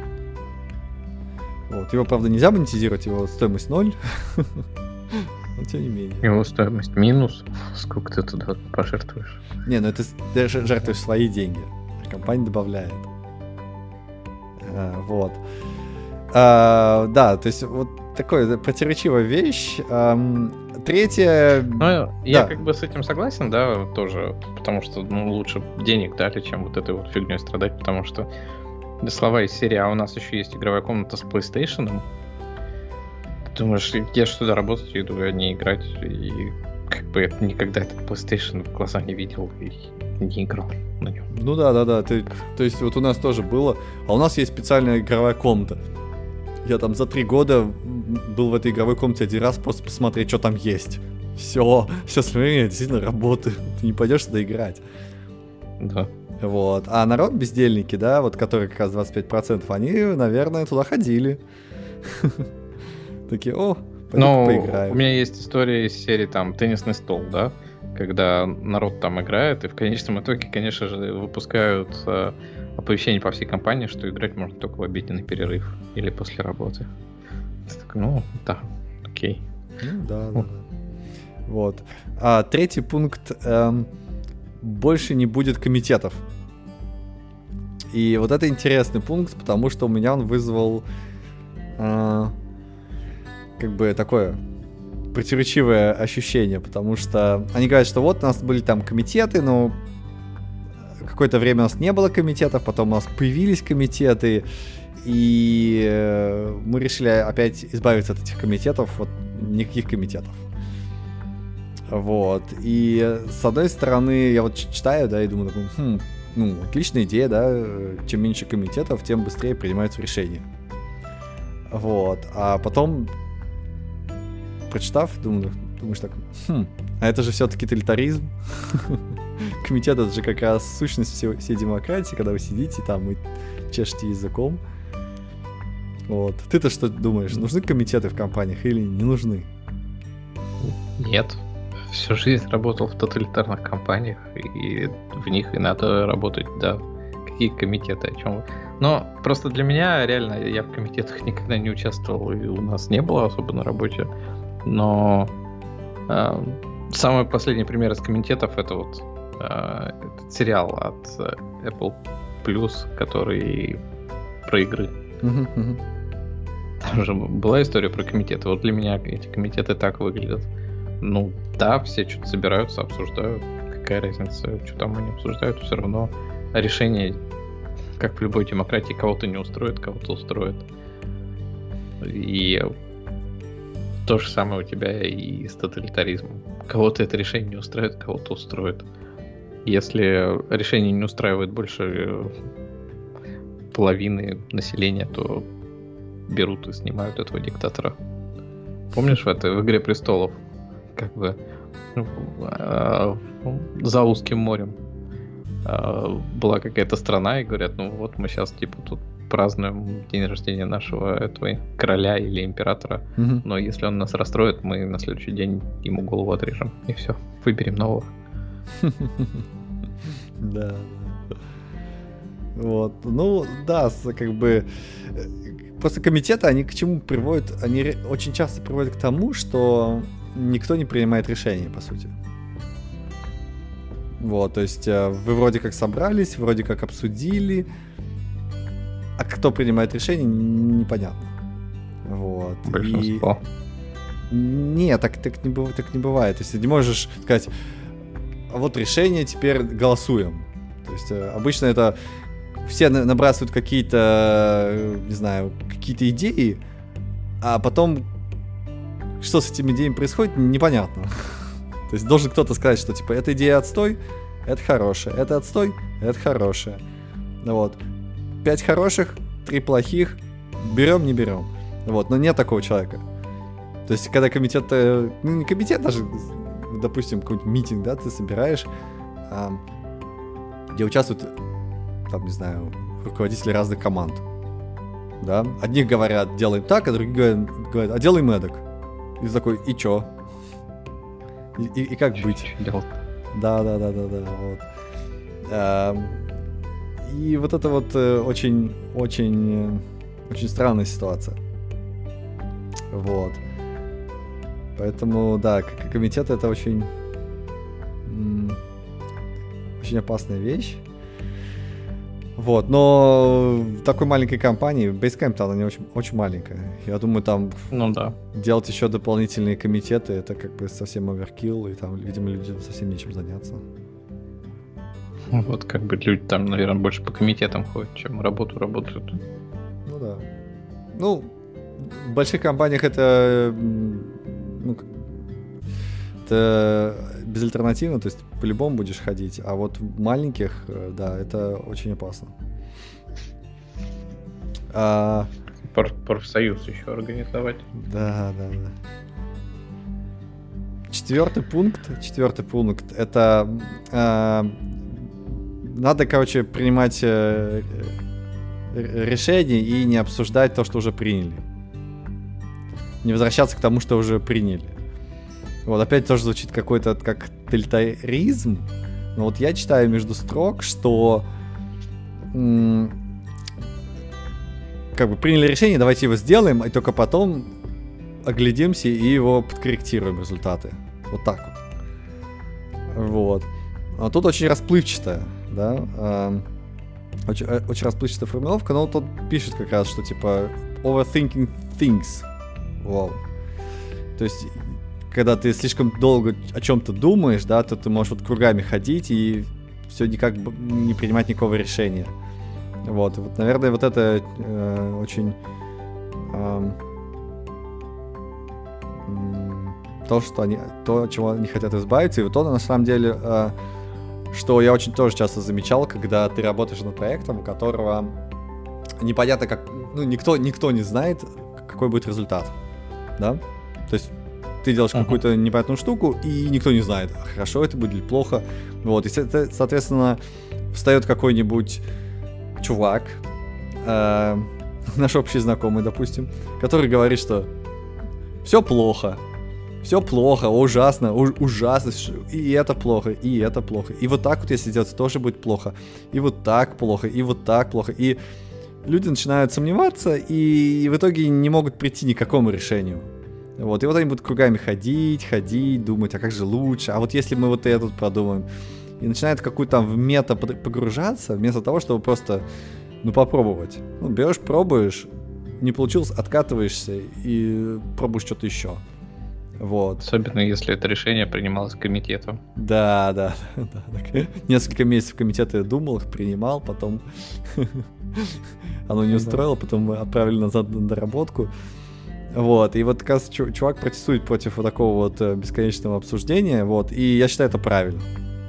Вот, его, правда, нельзя монетизировать, его стоимость ноль. Но тем не менее. Его стоимость минус. Сколько ты туда пожертвуешь? Не, ну это ты жертвуешь свои деньги. Компания добавляет. А, вот. А, да, то есть вот такая противоречивая вещь. А, третье... Ну, да. Я как бы с этим согласен, да, тоже. Потому что, ну, лучше денег дали, чем вот этой вот фигней страдать. Потому что слова из серии, а у нас еще есть игровая комната с PlayStation. Думаешь, я же туда работать иду, а не играть. И как бы я никогда этот PlayStation в глаза не видел и не играл на нем. Ну да, да, да. Ты, то есть вот у нас тоже было. А у нас есть специальная игровая комната. Я там за три года был в этой игровой комнате один раз просто посмотреть, что там есть. Все, все остальное действительно работает. Ты не пойдешь туда играть. Да. Вот. А народ бездельники, да, вот которые как раз двадцать пять процентов, они, наверное, туда ходили. Такие, о, пойду поиграю. У меня есть история из серии там теннисный стол, да, когда народ там играет, и в конечном итоге, конечно же, выпускают э, оповещение по всей компании, что играть можно только в обеденный перерыв или после работы. Ну, да, окей. Ну, да, да, да. Вот. А третий пункт. Эм, больше не будет комитетов. И вот это интересный пункт, потому что у меня он вызвал э, как бы такое противоречивое ощущение, потому что они говорят, что вот у нас были там комитеты, но какое-то время у нас не было комитетов, потом у нас появились комитеты, и э, мы решили опять избавиться от этих комитетов, вот никаких комитетов. Вот. И с одной стороны, я вот читаю, да, и думаю, такой, хм, ну, отличная идея, да, чем меньше комитетов, тем быстрее принимаются решения. Вот. А потом, прочитав, думаю, думаешь так, хм, а это же все-таки тоталитаризм. Комитет — это же как раз сущность всей, всей демократии, когда вы сидите там и чешете языком. Вот. Ты-то что думаешь, нужны комитеты в компаниях или не нужны? Нет. Всю жизнь работал в тоталитарных компаниях, и в них и надо работать, да. Какие комитеты, о чем вы? Но просто для меня, реально, я в комитетах никогда не участвовал, и у нас не было особо на работе. Но э, самый последний пример из комитетов — это вот э, этот сериал от Apple Plus, который про игры. Uh-huh, uh-huh. Там же была история про комитеты. Вот для меня эти комитеты так выглядят. Ну да, все что-то собираются, обсуждают. Какая разница, что там они обсуждают, все равно решение, как в любой демократии, кого-то не устроит, кого-то устроит. И то же самое у тебя и с тоталитаризмом. Кого-то это решение не устраивает, кого-то устроит. Если решение не устраивает больше половины населения, то берут и снимают этого диктатора. Помнишь в этой в «Игре престолов»? Как бы э, за узким морем э, была какая-то страна, и говорят, ну вот мы сейчас типа тут празднуем день рождения нашего этого короля или императора, mm-hmm. но если он нас расстроит, мы на следующий день ему голову отрежем, и все, выберем нового. Да. Вот, ну да, как бы просто комитеты, они к чему приводят? Они очень часто приводят к тому, что никто не принимает решения, по сути. Вот, то есть вы вроде как собрались, вроде как обсудили, а кто принимает решение, непонятно. Вот. Большинство. И... Нет, так, так, не бывает, так не бывает. То есть ты не можешь сказать, а вот решение, теперь голосуем. То есть обычно это все набрасывают какие-то, не знаю, какие-то идеи, а потом что с этими идеями происходит, непонятно. То есть должен кто-то сказать, что типа эта идея отстой, это хорошая, это отстой, это хорошая. Вот. Пять хороших, три плохих, берем, не берем. Вот, но нет такого человека. То есть когда комитет, ну не комитет даже, допустим, какой-нибудь митинг, да, ты собираешь, а, где участвуют, там, не знаю, руководители разных команд. Да? Одни говорят, делаем так, а другие говорят, говорят а делаем эдак. И ты такой, и чё? И, и, и как быть? Да, да, да, да, да. Вот. А, и вот это вот очень, очень, очень странная ситуация. Вот. Поэтому, да, комитет — это очень, очень опасная вещь. Вот, но в такой маленькой компании, Basecamp, она не очень, очень маленькая. Я думаю, там ну, да. делать еще дополнительные комитеты, это как бы совсем оверкилл, и там, видимо, людям совсем нечем заняться. Вот как бы люди там, наверное, больше по комитетам ходят, чем работу работают. Ну да. Ну, в больших компаниях это, ну, это безальтернативно, то есть по-любому будешь ходить, а вот в маленьких, да, это очень опасно. А... Профсоюз еще организовать. Да, да, да. Четвертый пункт, четвертый пункт, это а, надо, короче, принимать а, решения и не обсуждать то, что уже приняли. Не возвращаться к тому, что уже приняли. Вот опять тоже звучит какой-то как тоталитаризм, но вот я читаю между строк, что м- как бы приняли решение, давайте его сделаем, и только потом оглядимся и его подкорректируем результаты. Вот так вот. Вот. А тут очень расплывчатая, да, э, очень, очень расплывчатая формулировка, но вот он пишет как раз, что типа overthinking things. Вау. То есть, когда ты слишком долго о чем-то думаешь, да, то ты можешь вот кругами ходить и все никак не принимать никакого решения. Вот, вот наверное, вот это э, очень э, то, что они, то, от чего они хотят избавиться, и вот то, на самом деле, э, что я очень тоже часто замечал, когда ты работаешь над проектом, у которого непонятно как, ну, никто, никто не знает, какой будет результат, да, то есть ты делаешь uh-huh. какую-то непонятную штуку, и никто не знает, хорошо это будет или плохо, вот, и, соответственно, встает какой-нибудь чувак, э, наш общий знакомый, допустим, который говорит, что все плохо, все плохо, ужасно, у- ужасно, и это плохо, и это плохо, и вот так вот, если делать, тоже будет плохо, и вот так плохо, и вот так плохо, и люди начинают сомневаться, и в итоге не могут прийти ни к какому решению. Вот, и вот они будут кругами ходить, ходить, думать, а как же лучше, а вот если мы вот это продумаем, и начинают какую-то там в мета погружаться, вместо того, чтобы просто, ну, попробовать. Ну, берешь, пробуешь, не получилось, откатываешься и пробуешь что-то еще. Вот. Особенно, если это решение принималось комитетом. Да, да, да. Так, несколько месяцев комитет я думал, их принимал, потом оно не устроило, потом мы отправили назад на доработку. Вот, и вот как раз чувак протестует против вот такого вот бесконечного обсуждения, вот, и я считаю это правильно.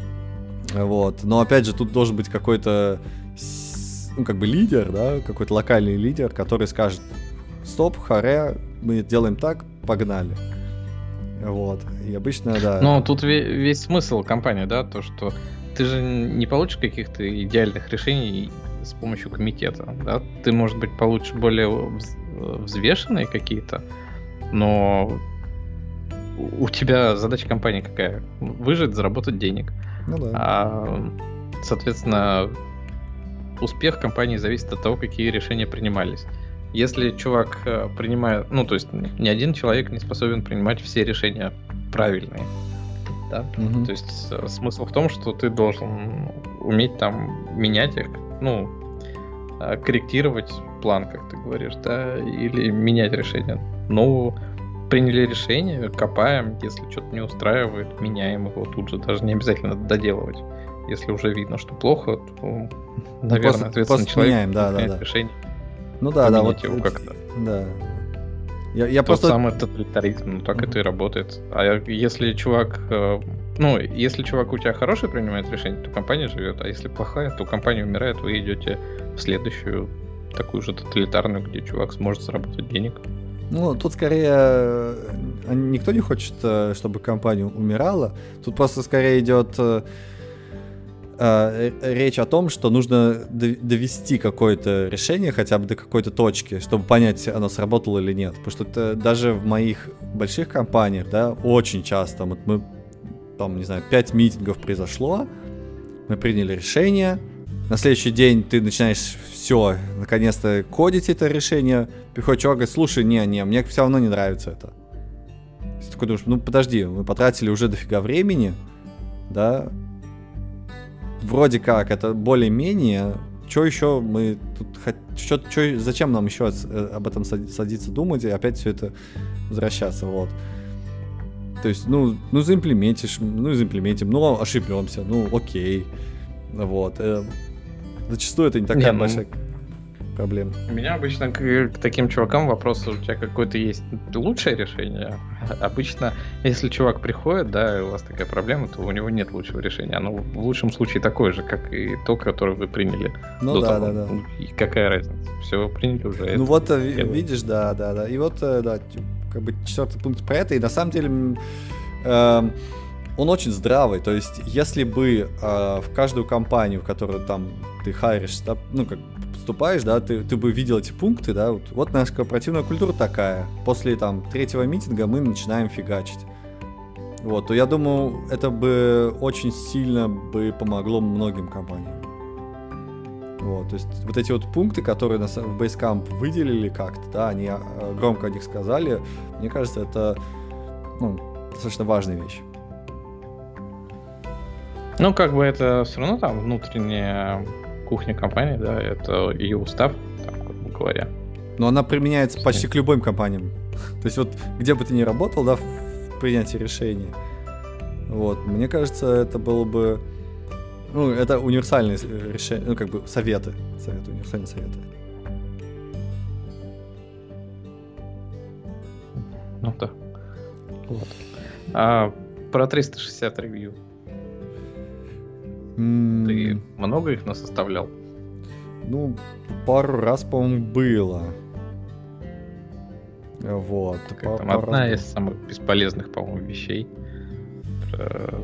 Вот, но опять же тут должен быть какой-то, ну, как бы лидер, да, какой-то локальный лидер, который скажет: стоп, харе, мы делаем так, погнали. Вот, и обычно, да. Но тут весь смысл компании, да, то, что ты же не получишь каких-то идеальных решений с помощью комитета, да, ты, может быть, получишь более взвешенные какие-то, но у тебя задача компании какая? Выжить, заработать денег. Ну да. А, соответственно, успех компании зависит от того, какие решения принимались. Если чувак принимает, ну, то есть ни один человек не способен принимать все решения правильные, да? Mm-hmm. То есть смысл в том, что ты должен уметь там менять их, ну, корректировать план, как ты говоришь, да, или менять решение. Ну, приняли решение, копаем, если что-то не устраивает, меняем его тут же, даже не обязательно доделывать. Если уже видно, что плохо, то, наверное, просто, ответственный просто человек меняем, да, да, да. решение. Ну да, да, вот его как-то. Да. Я, я Тот просто... самый тоталитаризм, ну так mm-hmm. это и работает. А если чувак, ну, если чувак у тебя хороший принимает решение, то компания живет, а если плохая, то компания умирает, вы идете в следующую такую же тоталитарную, где чувак сможет заработать денег. Ну, тут скорее никто не хочет, чтобы компания умирала. Тут просто скорее идет э, речь о том, что нужно довести какое-то решение хотя бы до какой-то точки, чтобы понять, оно сработало или нет. Потому что это, даже в моих больших компаниях, да, очень часто, вот мы, там, не знаю, пять митингов произошло, мы приняли решение, на следующий день ты начинаешь все, наконец-то кодить это решение, приходит чувак и говорит: слушай, не-не, мне все равно не нравится это. Ты такой думаешь: ну подожди, мы потратили уже дофига времени, да, вроде как, это более-менее, что еще мы тут, чё, чё, зачем нам еще об этом садиться думать и опять все это возвращаться, вот. То есть, ну, ну заимплементишь, ну заимплементим, ну ошибемся, ну окей, вот. Зачастую это не такая не, большая ну, проблема. У меня обычно к, к таким чувакам вопрос: у тебя какое-то есть лучшее решение? Обычно, если чувак приходит, да, и у вас такая проблема, то у него нет лучшего решения. Оно в лучшем случае такое же, как и то, которое вы приняли. Ну до да, того. да, да. И какая разница? Все, вы приняли уже. Ну это вот, делаем. Видишь, да, да, да. И вот, да, как бы четвертый пункт про это. И на самом деле... Э, он очень здравый, то есть если бы э, в каждую компанию, в которую там ты хайришь, да, ну как поступаешь, да, ты, ты бы видел эти пункты, да, вот, вот наша корпоративная культура такая, после там третьего митинга мы начинаем фигачить, вот, то я думаю, это бы очень сильно бы помогло многим компаниям, Вот, то есть вот эти вот пункты, которые нас в Basecamp выделили как-то, да, они э, громко о них сказали, мне кажется, это, ну, достаточно важная вещь. Ну, как бы это все равно там внутренняя кухня компании, да, это ее устав, там, грубо говоря. Но она применяется почти к любым компаниям. То есть вот где бы ты ни работал, да, в, в принятии решений, вот, мне кажется, это было бы, ну, это универсальные решения, ну, как бы советы, советы, универсальные советы. Ну да. Вот. А про триста шестьдесят ревью. Mm. Ты много их насоставлял? Ну, пару раз, по-моему, было. Вот. Как там одна из самых бесполезных, по-моему, вещей. Про...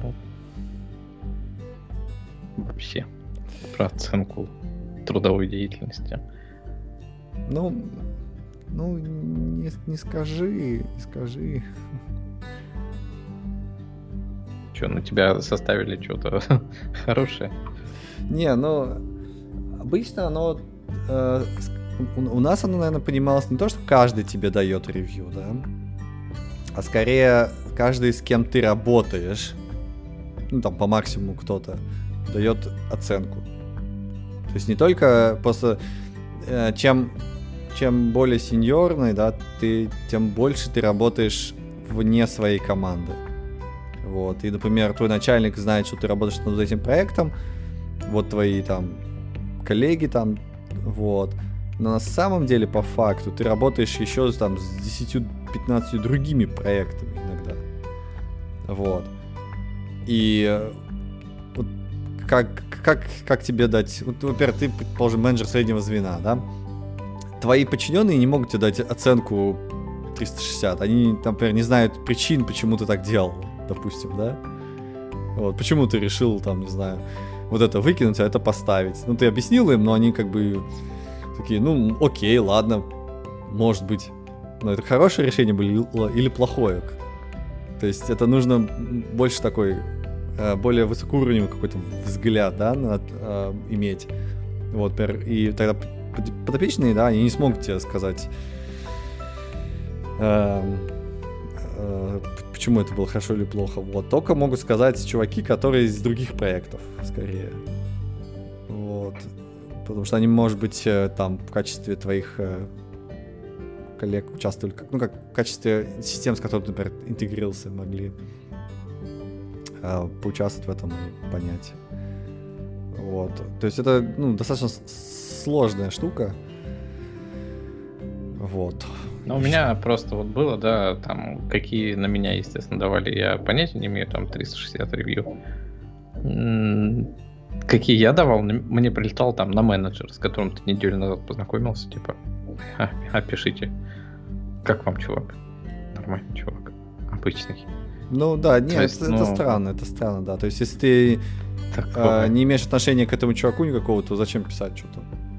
Вообще. Про оценку трудовой деятельности. Ну, ну не, не скажи, не скажи. Что, на тебя составили что-то хорошее? Не, ну, обычно оно... Э, у, у нас оно, наверное, понималось не то, что каждый тебе дает ревью, да, а скорее каждый, с кем ты работаешь, ну, там, по максимуму кто-то, дает оценку. То есть не только просто... Э, чем, чем более сеньорный, да, ты, тем больше ты работаешь вне своей команды. Вот. И, например, твой начальник знает, что ты работаешь над этим проектом, вот твои там коллеги там, вот. Но на самом деле, по факту, ты работаешь еще там с десятью-пятнадцатью другими проектами иногда. Вот. И вот как, как, как тебе дать... Вот, во-первых, ты, предположим, менеджер среднего звена, да? Твои подчиненные не могут тебе дать оценку триста шестьдесят. Они, например, не знают причин, почему ты так делал. Допустим, да? Вот, почему ты решил, там, не знаю, вот это выкинуть, а это поставить? Ну, ты объяснил им, но они как бы такие, ну, окей, ладно, может быть. Но это хорошее решение было или плохое? То есть это нужно больше такой, более высокоуровневый какой-то взгляд, да, надо, э, иметь. Вот, и тогда подопечные, да, они не смогут тебе сказать... Э, почему это было хорошо или плохо. Вот. Только могут сказать чуваки, которые из других проектов, скорее. Вот. Потому что они, может быть, там в качестве твоих э, коллег участвовали, ну, как в качестве систем, с которыми, например, интегрировался, могли э, поучаствовать в этом и понять. Вот. То есть это, ну, достаточно сложная штука. Вот. Ну, у меня просто вот было, да, там, какие на меня, естественно, давали, я понятия не имею, там, триста шестьдесят ревью. М-м- какие я давал, мне прилетал там на менеджер, с которым ты неделю назад познакомился, типа, а, опишите, как вам, чувак? Нормальный чувак, обычный. Ну, да, нет, есть, это, ну... это странно, это странно, да, то есть, если ты э, не имеешь отношения к этому чуваку никакого, то зачем писать что-то?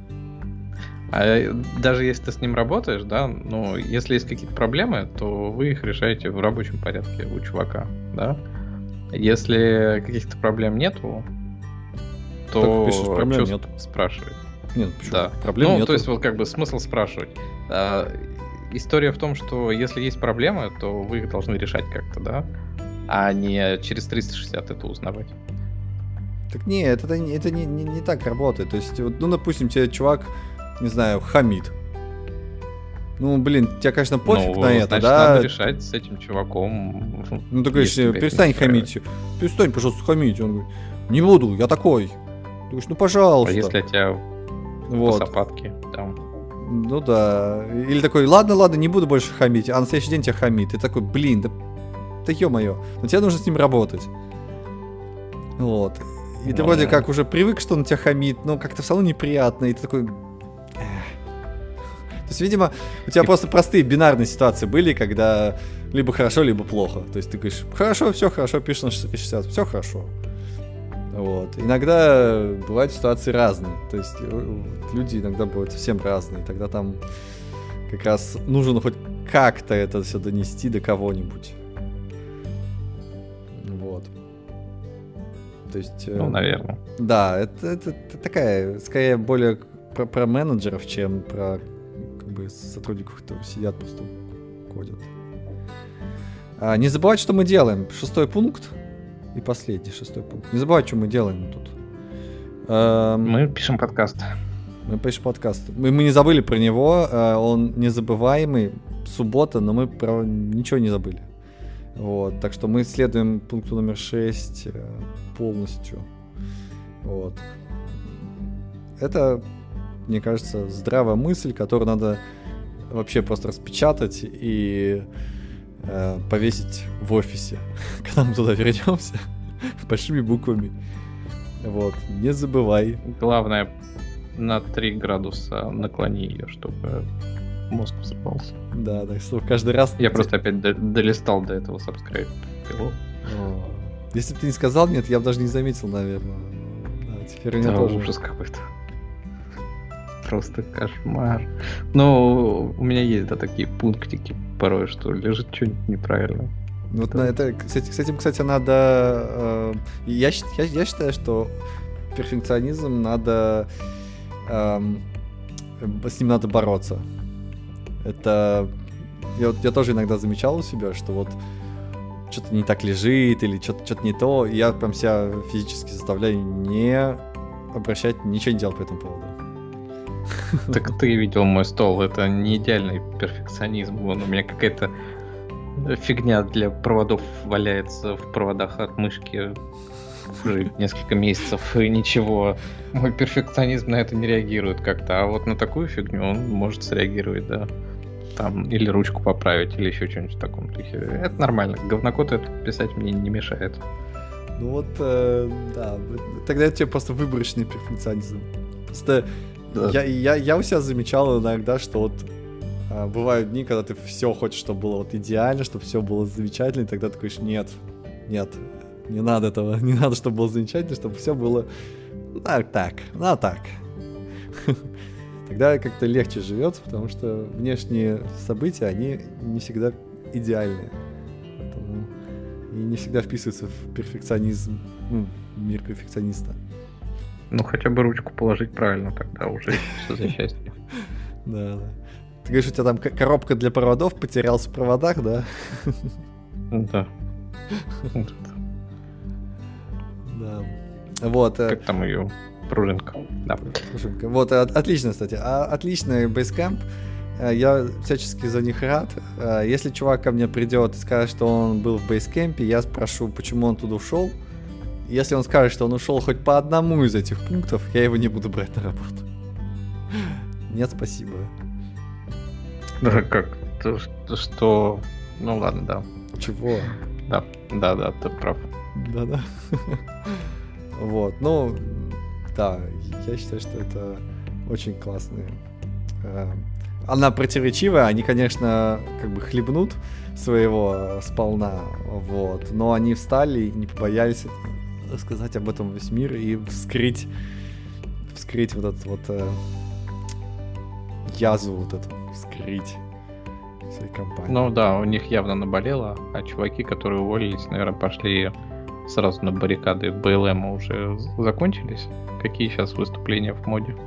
А даже если ты с ним работаешь, да, ну, если есть какие-то проблемы, то вы их решаете в рабочем порядке у чувака, да. Если каких-то проблем нету, то пишешь, проблем нет. Спрашивать. Нет, почему? Да. Проблем ну, нету. то есть, вот как бы смысл спрашивать. А, история в том, что если есть проблемы, то вы их должны решать как-то, да, а не через триста шестьдесят это узнавать. Так нет, это, это не, не, не так работает. То есть, вот, ну, допустим, тебе чувак, не знаю, хамит. Ну, блин, тебя, конечно, пофиг ну, на это, значит, да? Надо решать с этим чуваком. Ну, ты говоришь, перестань хамить. Перестань, пожалуйста, хамить. Он говорит, не буду, я такой. Ты говоришь, ну, пожалуйста. А если у тебя вот. Косопатки там? Ну да. Или такой, ладно, ладно, не буду больше хамить. А на следующий день тебя хамит. Ты такой, блин, да, да ё-моё. Но тебе нужно с ним работать. Вот. И ты ну, вроде как уже привык, что он тебя хамит, но как-то все равно неприятно. И ты такой... То есть, видимо, у тебя просто простые бинарные ситуации были, когда либо хорошо, либо плохо. То есть ты говоришь, хорошо, все хорошо, пишешь на шестьдесят, все хорошо. Вот. Иногда бывают ситуации разные. То есть люди иногда бывают совсем разные. Тогда там как раз нужно хоть как-то это все донести до кого-нибудь. Вот. То То есть, ну, наверное. Да, это, это, это такая, скорее, более про, про менеджеров, чем про как бы, сотрудников, которые сидят, просто кодят. А, не забывать, что мы делаем. Шестой пункт и последний шестой пункт. Не забывать, что мы делаем тут. А, мы пишем подкаст. Мы пишем подкаст. Мы, мы не забыли про него. Он незабываемый. Суббота, но мы про ничего не забыли. Вот, так что мы следуем пункту номер шесть полностью. Вот. Это, мне кажется, здравая мысль, которую надо вообще просто распечатать и э, повесить в офисе, когда мы туда вернемся, большими буквами. Вот, не забывай. Главное, на три градуса наклони ее, чтобы мозг взорвался. Да, так что каждый раз... Я просто опять до- долистал до этого subscribe пилот. Если бы ты не сказал, нет, я бы даже не заметил, наверное. Да, теперь у меня да, тоже... ужас какой-то. Просто кошмар. Ну, у меня есть, да, такие пунктики порой, что лежит что-нибудь неправильно. Вот на это, кстати, с этим, кстати, надо... Э, я, я, я считаю, что перфекционизм надо... Э, с ним надо бороться. Это... Я, я тоже иногда замечал у себя, что вот что-то не так лежит или что-то, что-то не то, и я прям себя физически заставляю не обращать, ничего не делать по этому поводу. Так ты видел мой стол, это не идеальный перфекционизм. Вон у меня какая-то фигня для проводов валяется в проводах от мышки уже несколько месяцев, и ничего. Мой перфекционизм на это не реагирует как-то, а вот на такую фигню он может среагировать, да. Там, или ручку поправить, или еще что-нибудь в таком духе. Это нормально. Говнокод это писать мне не мешает. Ну вот, э, да, тогда это тебе просто выборочный перфекционизм. Просто да. я, я, я у себя замечал иногда, что вот а, бывают дни, когда ты все хочешь, чтобы было вот идеально, чтобы все было замечательно, и тогда ты говоришь, нет, нет, не надо этого, не надо, чтобы было замечательно, чтобы все было ну, так, ну так. Тогда как-то легче живется, потому что внешние события, они не всегда идеальные. Поэтому и не всегда вписываются в перфекционизм, ну, в мир перфекциониста. Ну, хотя бы ручку положить правильно, тогда уже все за счастье. Да, да. Ты говоришь, у тебя там коробка для проводов потерялась в проводах, да? Да. Да. Вот. Как там ее... Пружинка, да. Пружинка. Вот, отлично, кстати. Отличный бейскэмп. Я всячески за них рад. Если чувак ко мне придет и скажет, что он был в бейскэмпе, я спрошу, почему он туда ушел. Если он скажет, что он ушел хоть по одному из этих пунктов, я его не буду брать на работу. Нет, спасибо. Да, как? Что? Ну ладно, да. Чего? Да, да, да, ты прав. Да-да. Вот, ну... Да, я считаю, что это очень классные. Она противоречивая, они, конечно, как бы хлебнут своего сполна, вот, но они встали и не побоялись рассказать об этом весь мир и вскрыть, вскрыть вот эту вот э, язву вот эту, вскрыть всей компании. Ну да, у них явно наболело, а чуваки, которые уволились, наверное, пошли сразу на баррикады. бэ эл эм уже закончились? Какие сейчас выступления в моде?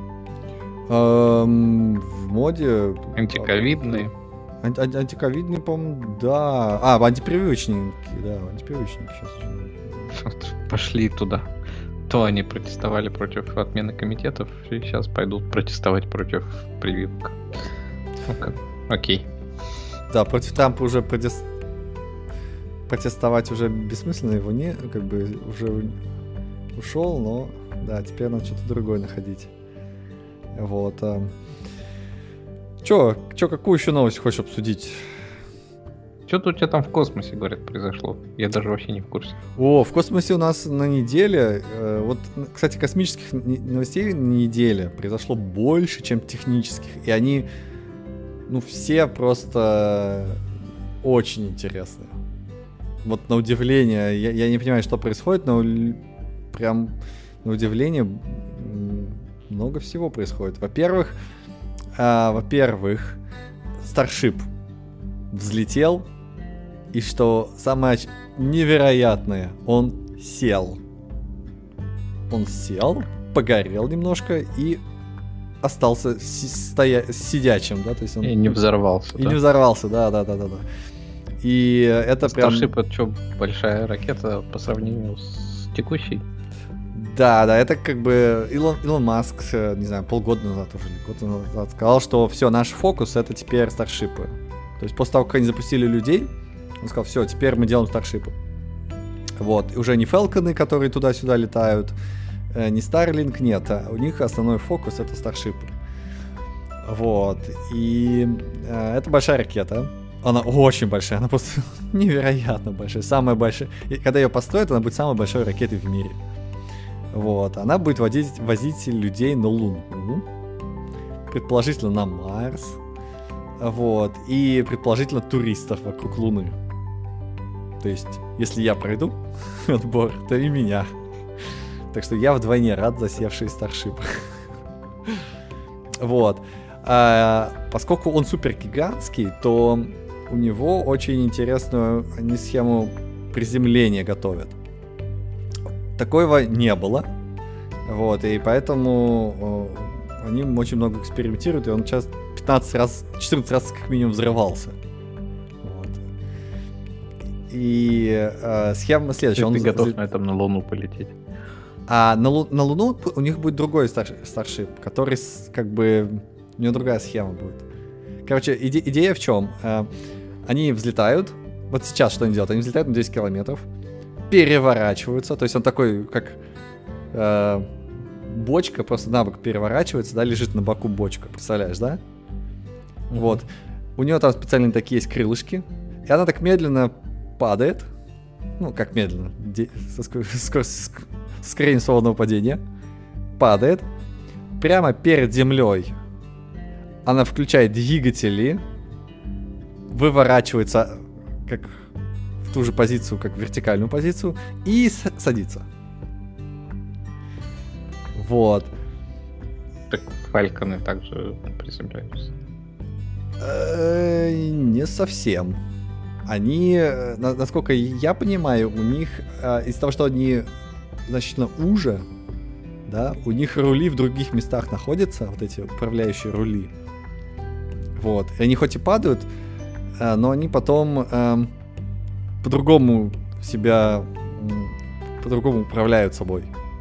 Um, в моде... Антиковидные? Ан- ан- антиковидные, по-моему, да. А, антипрививочники, да, антипрививочники сейчас. Пошли туда. То они протестовали против отмены комитетов, и сейчас пойдут протестовать против прививок. Ну-ка. Окей. Да, против Трампа уже протест... протестовать уже бессмысленно, его не, как бы уже ушел, но да, теперь надо что-то другое находить. Вот. А... Чё, чё, какую еще новость хочешь обсудить? Что-то у тебя там в космосе, говорят, произошло. Я даже вообще не в курсе. О, в космосе у нас на неделе, э, вот, кстати, космических новостей на неделе произошло больше, чем технических. И они, ну, все просто очень интересные. Вот на удивление, я, я не понимаю, что происходит, но прям на удивление много всего происходит. Во-первых, э, во-первых, Starship взлетел, и что самое невероятное, он сел. он сел, погорел немножко и остался си- стоя- сидячим, да, то есть он... И не взорвался. И да? не взорвался, да, да, да, да, да. И это прям... Starship — это что, большая ракета по сравнению с текущей? Да, да, это как бы Илон, Илон Маск, не знаю, полгода назад уже, или год назад сказал, что все, наш фокус — это теперь старшипы. То есть после того, как они запустили людей, он сказал, все, теперь мы делаем старшипы. Вот, и уже не Фелконы, которые туда-сюда летают, не Старлинг, нет, а у них основной фокус — это старшипы. Вот, и э, это большая ракета. Она очень большая, она просто невероятно большая, самая большая. И когда ее построят, она будет самой большой ракетой в мире. Вот, она будет водить, возить людей на Луну, предположительно на Марс, вот, и предположительно туристов вокруг Луны. То есть, если я пройду отбор, то и меня. Так что я вдвойне рад, засевший Starship. Вот. А, поскольку он супер гигантский, то у него очень интересную они схему приземления готовят. Такого не было. Вот, и поэтому э, они очень много экспериментируют, и он сейчас пятнадцать раз, четырнадцать раз как минимум взрывался. Вот. И э, схема следующая. Ты он готов за... на этом на Луну полететь? А на, Лу... на Луну у них будет другой Starship, который с, как бы... У него другая схема будет. Короче, иде... идея в чем? Э, они взлетают. Вот сейчас что они делают? Они взлетают на десять километров. Переворачиваются. То есть он такой, как... Э, бочка просто на бок переворачивается, да, лежит на боку бочка. Представляешь, да? Mm-hmm. Вот. У нее там специальные такие есть крылышки. И она так медленно падает. Ну, как медленно. Де... Со скоростью скорее свободного падения. Падает. Прямо перед землей она включает двигатели. Выворачивается как в ту же позицию, как в вертикальную позицию. И с- садится. Вот. Так фальконы также приземляются. Не совсем. Они, насколько я понимаю, у них из-за того, что они значительно уже, да, у них рули в других местах находятся, вот эти управляющие рули. Вот. И они хоть и падают, но они потом эм, по-другому себя, по-другому управляют собой.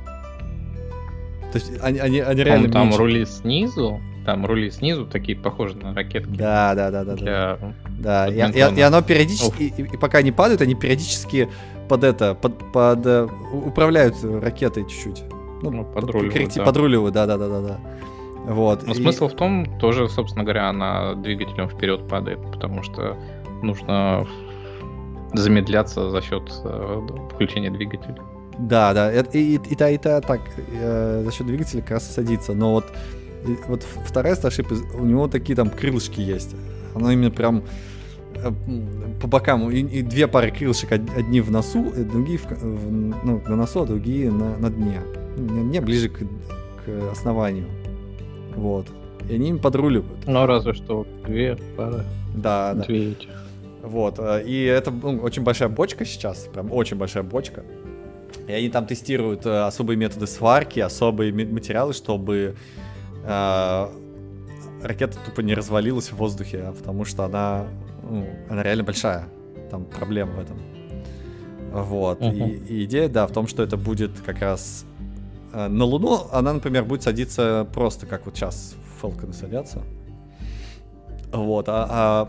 То есть они, они, они реально Там меньше. рули снизу, там рули снизу такие похожи на ракетки. Да, да, да, да. Для... Да, и, и, и оно периодически, и, и пока они падают, они периодически под это, под, под uh, управляют ракетой чуть-чуть. Ну, ну подруливают, корректи, да. Подруливают, да, да, да, да, да. Вот. Но и... смысл в том, тоже, собственно говоря, она двигателем вперед падает, потому что нужно замедляться за счет э, включения двигателя. Да, да, и, и, и та, и та так э, за счет двигателя как раз садится. Но вот, и, вот вторая Starship, у него такие там крылышки есть. Оно именно прям э, по бокам. И, и две пары крылышек, одни в носу, и другие в, в, ну, на носу, а другие на, на дне. Не ближе к, к основанию. Вот. И они им подруливают. Ну, разве что две пары. Да, да. Две эти. Вот. И это ну, очень большая бочка сейчас. Прям очень большая бочка. И они там тестируют э, особые методы сварки, особые материалы, чтобы э, ракета тупо не развалилась в воздухе, потому что она, ну, она реально большая. Там проблема в этом. Вот. Uh-huh. И, и идея, да, в том, что это будет как раз э, на Луну, она, например, будет садиться просто, как вот сейчас Falcon садятся. Вот. А, а,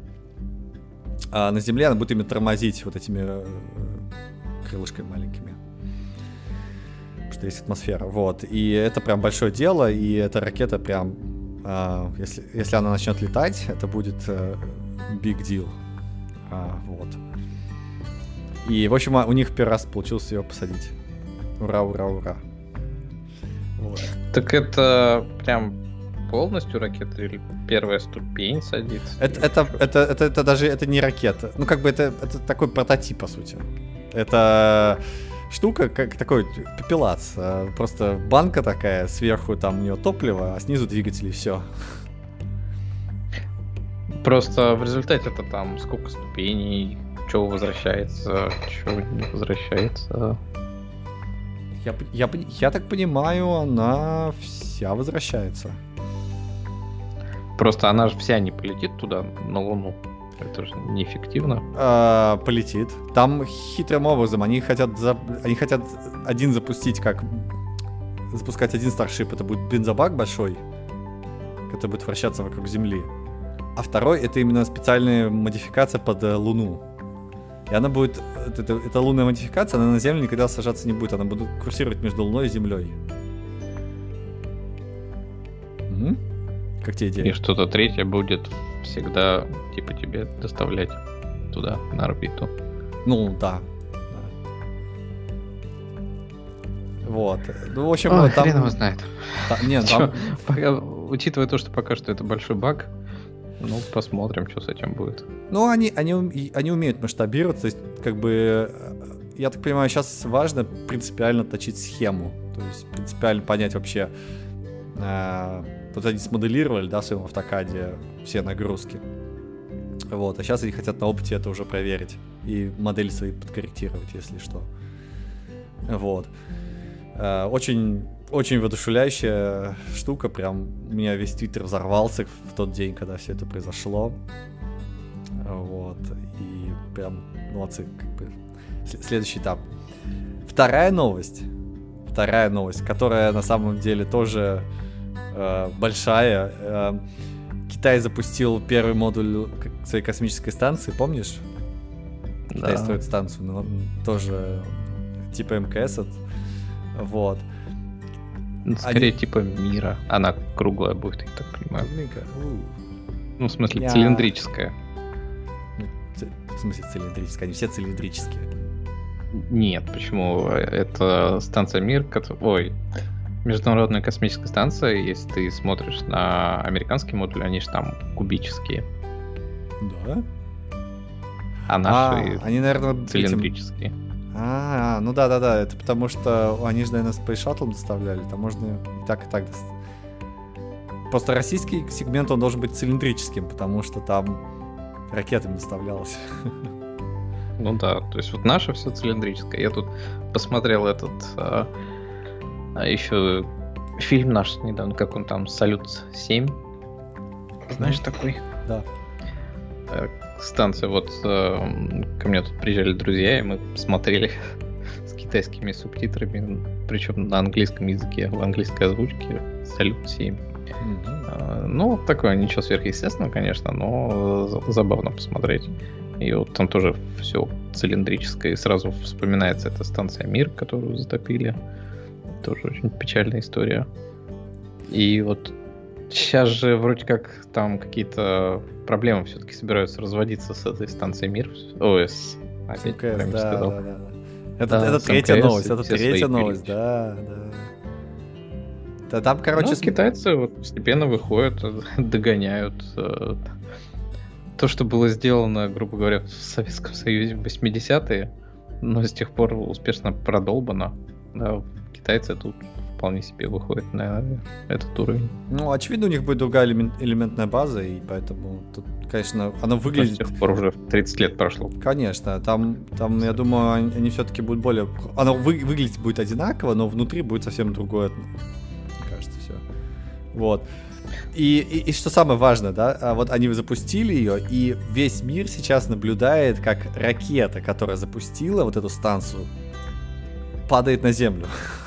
а на Земле она будет именно тормозить вот этими э, крылышками маленькими. Потому что есть атмосфера. Вот. И это прям большое дело, и эта ракета прям, э, если, если она начнет летать, это будет э, big deal. А, вот. И, в общем, у них первый раз получилось ее посадить. Ура, ура, ура. Вот. Так это прям полностью ракета или первая ступень садится? Это, это, это, это, это даже это не ракета. Ну, как бы это, это такой прототип, по сути. Это штука, как такой пепелац. Просто банка такая, сверху там у нее топливо, а снизу двигатели, и все. Просто в результате это там сколько ступеней, что возвращается, что не возвращается. Я, я, я так понимаю, она вся возвращается. Просто она же вся не полетит туда, на Луну. Это же неэффективно. А, полетит. Там хитрым образом. Они хотят, за... они хотят один запустить, как запускать один Starship. Это будет бензобак большой, который будет вращаться вокруг Земли. А второй — это именно специальная модификация под э, Луну. И она будет... Это, это лунная модификация, она на Землю никогда сажаться не будет. Она будет курсировать между Луной и Землей. Угу. Как тебе идея? И что-то третье будет всегда, типа, тебе доставлять туда, на орбиту. Ну, да. да. Вот. Ну, в общем, Ой, там... хрен его знает. Та... Нет, там... Пока, учитывая то, что пока что это большой баг, ну, посмотрим, что с этим будет. Ну, они, они, они умеют масштабировать, то есть, как бы, я так понимаю, сейчас важно принципиально точить схему, то есть, принципиально понять вообще, э, вот они смоделировали, да, в своем автокаде все нагрузки, вот, а сейчас они хотят на опыте это уже проверить и модели свои подкорректировать, если что, вот. Э, очень... Очень воодушевляющая штука, прям у меня весь твиттер взорвался в тот день, когда все это произошло. Вот, и прям молодцы, как бы. Следующий этап. Вторая новость, вторая новость, которая на самом деле тоже э, большая. Э, Китай запустил первый модуль своей космической станции, помнишь? Да. Китай строит станцию, но тоже типа МКС. Вот. Скорее, Они... типа мира. Она круглая будет, я так понимаю. У. Ну, в смысле, Я... цилиндрическая. В смысле цилиндрическая? Они все цилиндрические. Нет, почему? Это станция Мир, который... Ой, Международная космическая станция. Если ты смотришь на американские модули, они же там кубические. Да? А наши а, они, наверное, цилиндрические. Этим... А, ну да-да-да, это потому что они же, наверное, Space Shuttle доставляли, там можно и так, и так доставить. Просто российский сегмент, он должен быть цилиндрическим, потому что там ракетами доставлялось. Ну да, то есть вот наше все цилиндрическое. Я тут посмотрел этот а, а еще фильм наш недавно, как он там, Салют семь. Знаешь такой? Да. Станция, вот э, ко мне тут приезжали друзья, и мы смотрели с китайскими субтитрами, причем на английском языке, в английской озвучке, Салют семь. Mm-hmm. Э, ну, такое ничего сверхъестественного, конечно, но забавно посмотреть. И вот там тоже все цилиндрическое, и сразу вспоминается эта станция Мир, которую затопили. Тоже очень печальная история. И вот сейчас же вроде как там какие-то проблемы все-таки собираются разводиться с этой станцией Мир. Ой, с... опять МКС, да, сказал. Да, да, да. Это, да, это третья МКС, новость, это третья новость, перечи. да, да. Да там, короче... Ну, китайцы вот постепенно выходят, догоняют. Э, то, что было сделано, грубо говоря, в Советском Союзе в восьмидесятые, но с тех пор успешно продолбано. Да, китайцы тут вполне себе выходят на этот уровень. Ну, очевидно, у них будет другая элемент, элементная база, и поэтому тут, конечно, оно выглядит... С тех пор уже тридцать лет прошло. Конечно, там, там я думаю, они, они все-таки будут более... Оно вы, выглядеть будет одинаково, но внутри будет совсем другое, мне кажется, все. Вот. И, и, и что самое важное, да, вот они запустили ее, и весь мир сейчас наблюдает, как ракета, которая запустила вот эту станцию, падает на Землю.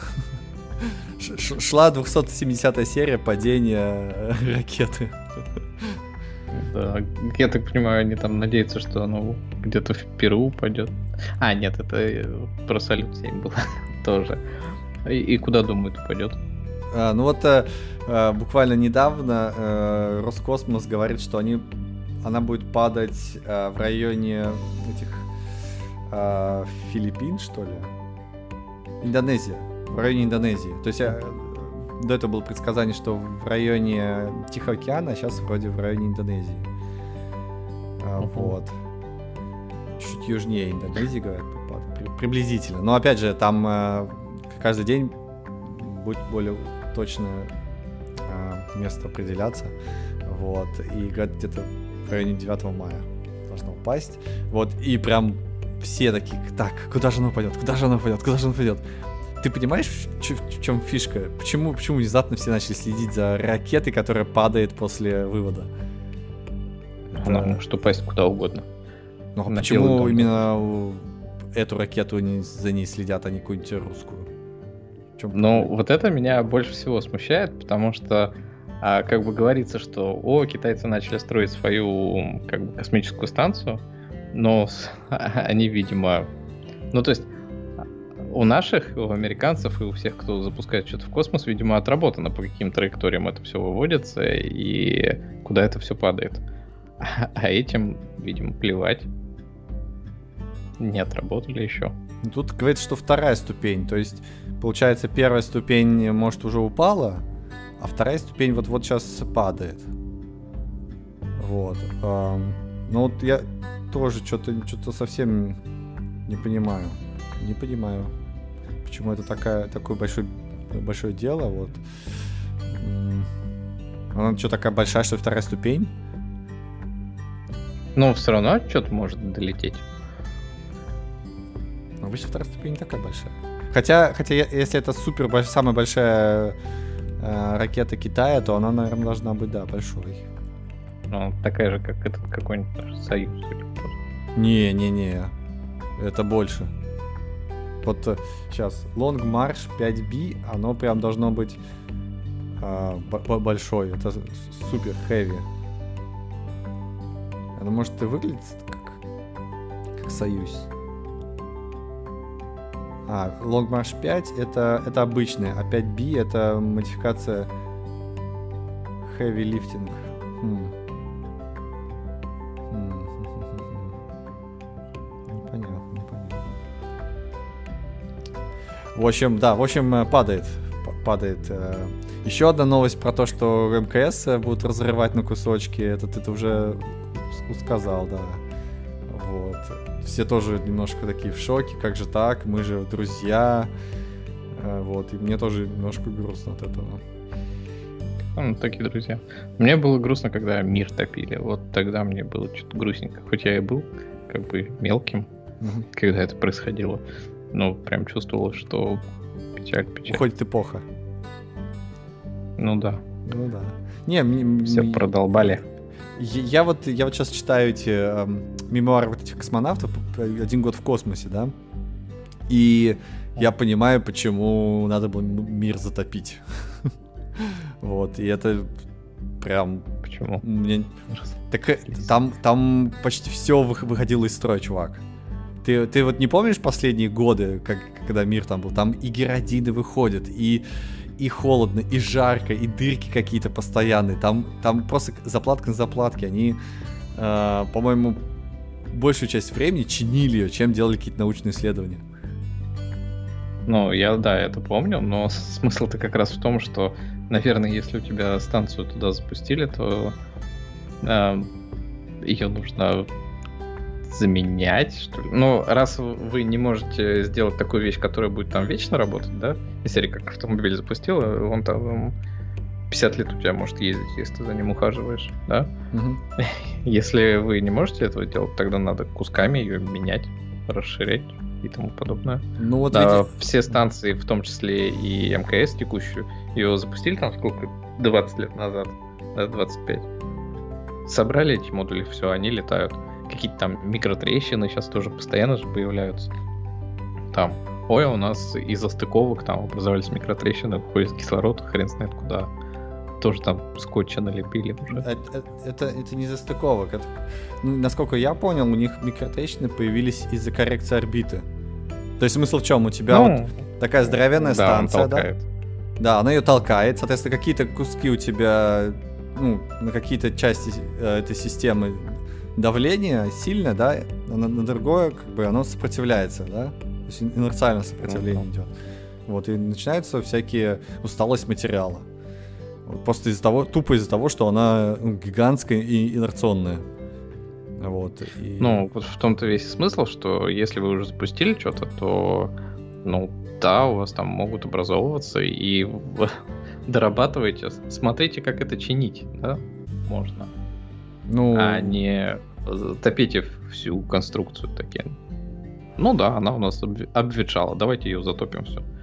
Шла двухсот семидесятая серия падения ракеты. Да, я так понимаю, они там надеются, что оно где-то в Перу упадет. А, нет, это про Салют семь было тоже. И, и куда, думают, упадет? А, ну вот а, а, буквально недавно а, Роскосмос говорит, что они, она будет падать а, в районе этих а, Филиппин, что ли? Индонезия. В районе Индонезии. То есть я, до этого было предсказание, что в районе Тихого океана, а сейчас вроде в районе Индонезии. А, uh-huh. Вот. Чуть южнее Индонезии, говорят, при, приблизительно. Но опять же, там а, каждый день будет более точное а, место определяться. Вот. И говорят, где-то в районе девятого мая должно упасть. Вот. И прям все такие, так, куда же оно упадет? Куда же оно упадет? Куда же оно упадет? ты понимаешь, в, ч- в чем фишка? Почему, почему внезапно все начали следить за ракетой, которая падает после вывода? Это... Она может упасть куда угодно. Ну а почему именно эту ракету не, за ней следят, а не какую-нибудь русскую? Ну, вот это меня больше всего смущает, потому что а, как бы говорится, что о, китайцы начали строить свою как бы космическую станцию, но с, они, видимо... Ну, то есть у наших, у американцев и у всех, кто запускает что-то в космос, видимо, отработано, по каким траекториям это все выводится и куда это все падает. А этим, видимо, плевать. Не отработали еще. Тут говорится, что вторая ступень. То есть, получается, первая ступень, может, уже упала, а вторая ступень вот-вот сейчас падает. Вот. Ну вот я тоже что-то, что-то совсем не понимаю. Не понимаю, почему это такая, такое большое, большое дело. Вот. Она что, такая большая, что вторая ступень? Ну, все равно что-то может долететь. Обычно вторая ступень не такая большая. Хотя, хотя если это супер больш... самая большая э, ракета Китая, то она, наверное, должна быть, да, большой. Ну, такая же, как этот какой-нибудь наш Союз. Не-не-не. Это больше. Вот сейчас Long March пять би, оно прям должно быть э, б- большое. Это супер heavy. Оно может и выглядит как, как Союз. А, Long March пять это, это обычная, а пять би это модификация Heavy Lifting. Хм. Хм. Непонятно, непонятно. В общем, да, в общем, падает. Падает. Еще одна новость про то, что МКС будут разрывать на кусочки. Это ты уже сказал, да. Вот. Все тоже немножко такие в шоке, как же так, мы же друзья, вот, и мне тоже немножко грустно от этого. Ну, такие друзья. Мне было грустно, когда мир топили, вот тогда мне было что-то грустненько, хоть я и был как бы мелким, угу. когда это происходило, но прям чувствовал, что печаль, печаль. Уходит эпоха. Ну да. Ну да. Не, мне... Все продолбали. Я, я вот я вот сейчас читаю эти э, мемуары вот этих космонавтов, один год в космосе, да, и я понимаю, почему надо было мир затопить. Вот, и это прям... Почему? Мне... Так там, там почти все выходило из строя, чувак. Ты, ты вот не помнишь последние годы, как, когда мир там был? Там и геродины выходят, и... И холодно, и жарко, и дырки какие-то постоянные. Там, там просто заплатка на заплатке. Они, э, по-моему, большую часть времени чинили ее, чем делали какие-то научные исследования. Ну, я, да, это помню, но смысл-то как раз в том, что, наверное, если у тебя станцию туда запустили, то э, ее нужно заменять, что ли. Ну, раз вы не можете сделать такую вещь, которая будет там вечно работать, да, если как автомобиль запустил, он там пятьдесят лет у тебя может ездить, если ты за ним ухаживаешь, да? Угу. Если вы не можете этого делать, тогда надо кусками ее менять, расширять и тому подобное. Ну, вот да, видите... Все станции, в том числе и МКС текущую, ее запустили там сколько? двадцать лет назад, да, двадцать пять. Собрали эти модули, все, они летают. Какие-то там микротрещины сейчас тоже постоянно же появляются. Там, ой, у нас из-за стыковок там образовались микротрещины, уходит кислород, хрен знает куда. Тоже там скотча налепили уже. Это, это, это не из-за стыковок. Это, ну, насколько я понял, у них микротрещины появились из-за коррекции орбиты. То есть смысл в чем? У тебя ну, вот такая здоровенная да, станция, да? Да, она ее толкает. Соответственно, какие-то куски у тебя, ну, на какие-то части э, этой системы давление сильное, да, на, на другое, как бы, оно сопротивляется, да, то есть инерциальное сопротивление mm-hmm. идет. Вот, и начинаются всякие усталость материала. Вот, просто из-за того, тупо из-за того, что она ну, гигантская и инерционная. Вот, и... Ну, вот в том-то весь смысл, что если вы уже запустили что-то, то, ну, да, у вас там могут образовываться, и вы дорабатываете, смотрите, как это чинить, да, можно. Ну... А не топите всю конструкцию такие. Ну да, она у нас обветшала, давайте ее затопим все.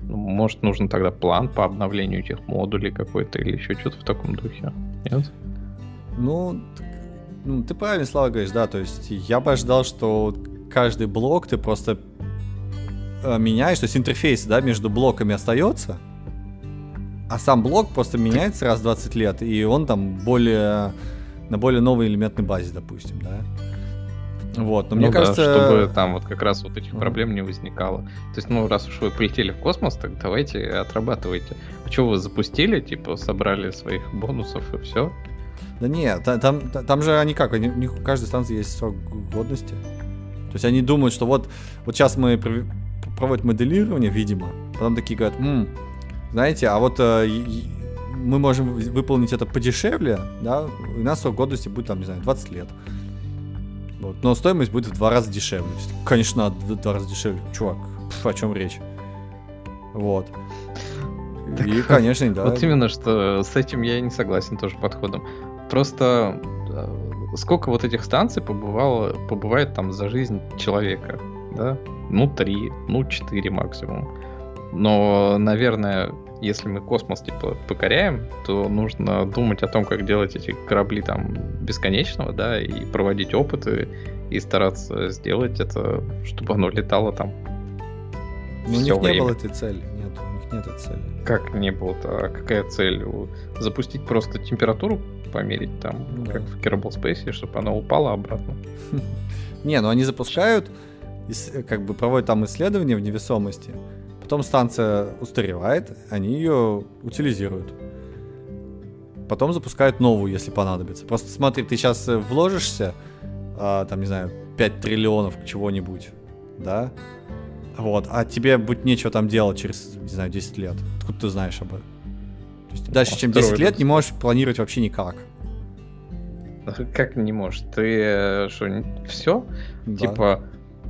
Ну, может, нужен тогда план по обновлению этих модулей какой-то или еще что-то в таком духе? Нет? Ну, ну, ты правильно, Слава, говоришь, да, то есть я бы ожидал, что каждый блок ты просто э, меняешь, то есть интерфейс, да, между блоками остается, а сам блок просто меняется раз в двадцать лет, и он там более, на более новой элементной базе, допустим, да. Вот, но ну мне да, кажется... чтобы там вот как раз вот этих Mm. проблем не возникало. То есть, ну, раз уж вы полетели в космос, так давайте отрабатывайте. А что вы запустили, типа, собрали своих бонусов и все? Да нет, та- там, та- там же они как, они- у них у каждой станции есть срок годности. То есть они думают, что вот, вот сейчас мы пров- проводим моделирование, видимо, потом такие говорят, «М, знаете, а вот э, и- и мы можем вы- выполнить это подешевле, да, у нас срок годности будет там, не знаю, двадцать лет. Вот, но стоимость будет в два раза дешевле. То есть, конечно, в два раза дешевле. Чувак, пф, о чем речь? Вот. И, конечно, да. Вот именно, что с этим я и не согласен тоже подходом. Просто э, сколько вот этих станций побывало, побывает там за жизнь человека, да? Ну, три, ну, четыре максимум. Но, наверное, если мы космос, типа, покоряем, то нужно думать о том, как делать эти корабли там бесконечного, да, и проводить опыты, и стараться сделать это, чтобы оно летало там Ну, у всё них не время. было этой цели. Нет, у них нет этой цели. Как не было-то? А какая цель? Запустить просто температуру померить там, Ну да. как в Kerbal Space, чтобы она упала обратно? Не, ну они запускают, ис- как бы проводят там исследования в невесомости, потом станция устаревает, они ее утилизируют. Потом запускают новую, если понадобится. Просто смотри, ты сейчас вложишься, а, там, не знаю, пять триллионов чего-нибудь, да? Вот, а тебе будет нечего там делать через, не знаю, десять лет. Откуда ты знаешь об этом? То есть дальше, чем десять Астероиды. лет, не можешь планировать вообще никак. Как не можешь? Ты э, что, все? Да. Типа,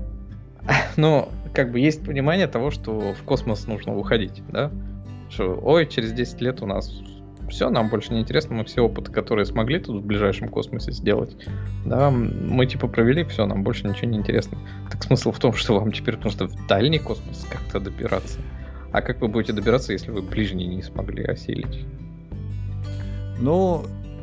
ну, как бы есть понимание того, что в космос нужно уходить, да? Что, ой, через десять лет у нас все, нам больше не интересно, мы все опыты, которые смогли тут в ближайшем космосе сделать, да, мы типа провели, все, нам больше ничего не интересно. Так смысл в том, что вам теперь нужно в дальний космос как-то добираться. А как вы будете добираться, если вы ближний не смогли осилить? Ну,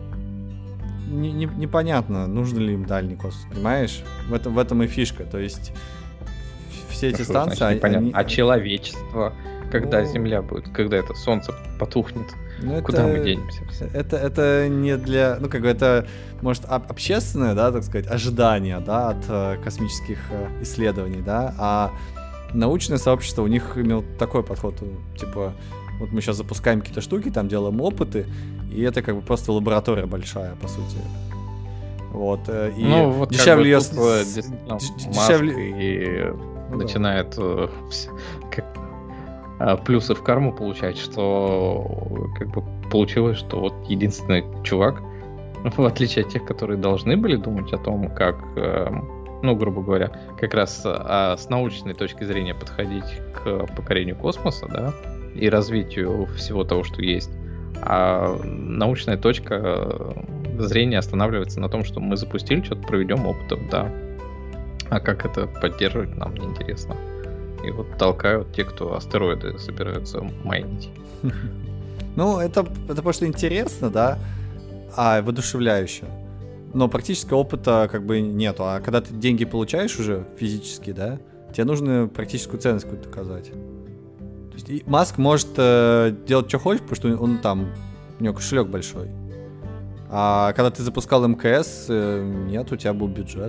не- не- непонятно, нужно ли им дальний космос, понимаешь? В этом, в этом и фишка. То есть все эти Что станции, значит непонятно? они- А человечество, когда Ну, Земля будет, когда это Солнце потухнет, ну, куда это- мы денемся? все? Это, это не для, ну, как бы это, может, об- общественное, да, так сказать, ожидание, да, от э, космических э, исследований, да, а научное сообщество, у них имел такой подход, э, типа, вот мы сейчас запускаем какие-то штуки, там делаем опыты, и это как бы просто лаборатория большая, по сути. Вот, э, и Ну, вот как дешевле бы ее... тут, э, действительно, Маск дешевле... и Ну да. начинает э, вс- как, а, плюсы в карму получать, что как бы получилось, что вот единственный чувак, в отличие от тех, которые должны были думать о том, как, э, ну, грубо говоря, как раз а, с научной точки зрения подходить к покорению космоса, да, и развитию всего того, что есть, а научная точка э, зрения останавливается на том, что мы запустили что-то, проведем опытов, да. А как это поддерживать, нам неинтересно. И вот толкают те, кто астероиды собираются майнить. Ну, это, это просто интересно, да, а воодушевляюще. Но практического опыта как бы нету. А когда ты деньги получаешь уже физически, да, тебе нужно практическую ценность какую-то доказать. То есть и Маск может э, делать, что хочешь, потому что он там, у него кошелек большой. А когда ты запускал МКС, э, нет, у тебя был бюджет.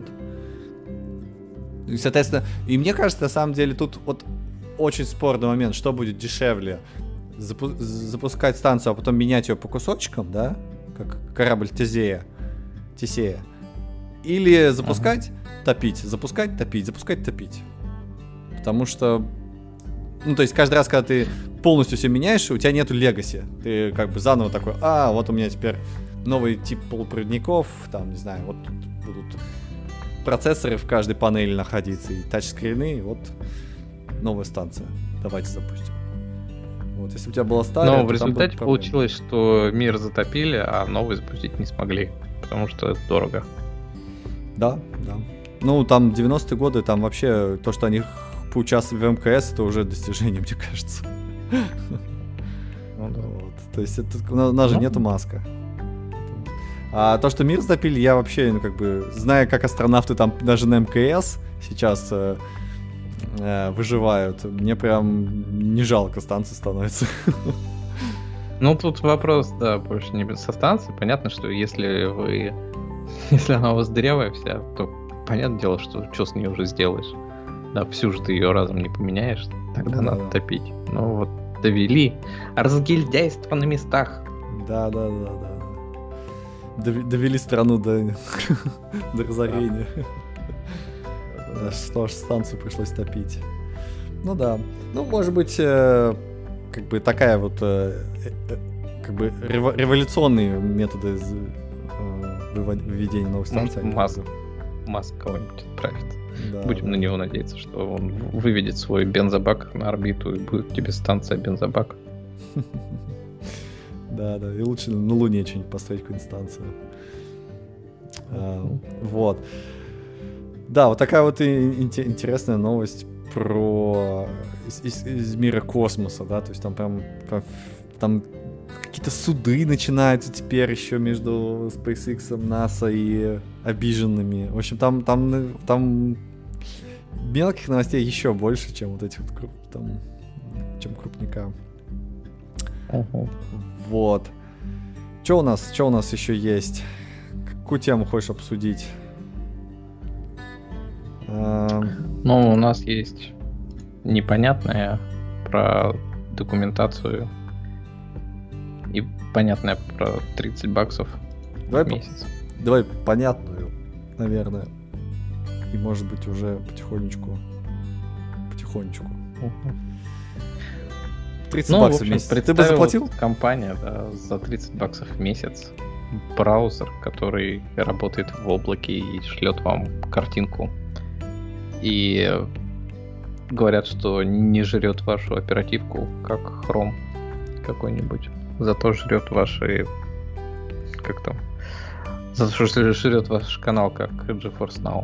И, соответственно, и мне кажется, на самом деле, тут вот очень спорный момент, что будет дешевле. Запу- запускать станцию, а потом менять ее по кусочкам, да, как корабль Тезея, Тесея. Или запускать, топить, запускать, топить, запускать, топить. Потому что, ну, то есть каждый раз, когда ты полностью все меняешь, у тебя нету легаси. Ты как бы заново такой, а, вот у меня теперь новый тип полупроводников, там, не знаю, вот тут будут процессоры в каждой панели находиться и тачскрины, и вот новая станция. Давайте запустим. Вот, если у тебя была старая, Но то в там результате будут проблемы. получилось, что мир затопили, а новый запустить не смогли, потому что это дорого. Да, да. Ну, там девяностые годы, там вообще то, что они поучаствовали в МКС, это уже достижение, мне кажется. Ну да. Вот. То есть это, у нас, у нас же Ну. нету Маска. А то, что мир затопили, я вообще, ну, как бы, зная, как астронавты там даже на МКС сейчас э, э, выживают, мне прям не жалко станции становится. Ну, тут вопрос, да, больше не со станции. Понятно, что если вы... Если она у вас дырявая вся, то понятное дело, что что с ней уже сделаешь. Да, всю же ты ее разом не поменяешь, тогда Ну надо да. топить. Ну вот, довели. Разгильдяйство на местах. Да, да, да, да. Дов- Довели страну до, до разорения. Да, что ж, станцию пришлось топить. Ну да. Ну, может быть, э, как бы такая вот э, э, как бы рево- революционные методы из- э, выво- выведения новых станций. они Маск. как бы- Маск кого-нибудь отправит. да, Будем да. на него надеяться, что он в- выведет свой бензобак на орбиту и будет тебе станция бензобак. Да, да, и лучше на Луне что-нибудь построить, какую-нибудь станцию. А, вот. Да, вот такая вот и инте- интересная новость про из, из- из мира космоса, да, то есть там прям, прям ф- там какие-то суды начинаются теперь еще между SpaceX, NASA и обиженными. В общем, там, там, там мелких новостей еще больше, чем вот этих вот круп, там, чем крупника. Угу. Вот. Что у нас, что у нас еще есть? Какую тему хочешь обсудить? Эм, Ну, у нас есть непонятное про документацию и понятное про тридцать баксов Давай, в по- месяц. давай понятную, наверное. И может быть уже потихонечку. Потихонечку. Мгм. тридцать Ну, в баксов в общем, месяц. Ты бы представила заплатил? компания, да, за тридцать баксов в месяц браузер, который работает в облаке и шлет вам картинку. И говорят, что не жрет вашу оперативку, как Chrome какой-нибудь. Зато жрет ваши... Как там? Зато что жрет ваш канал, как GeForce Now.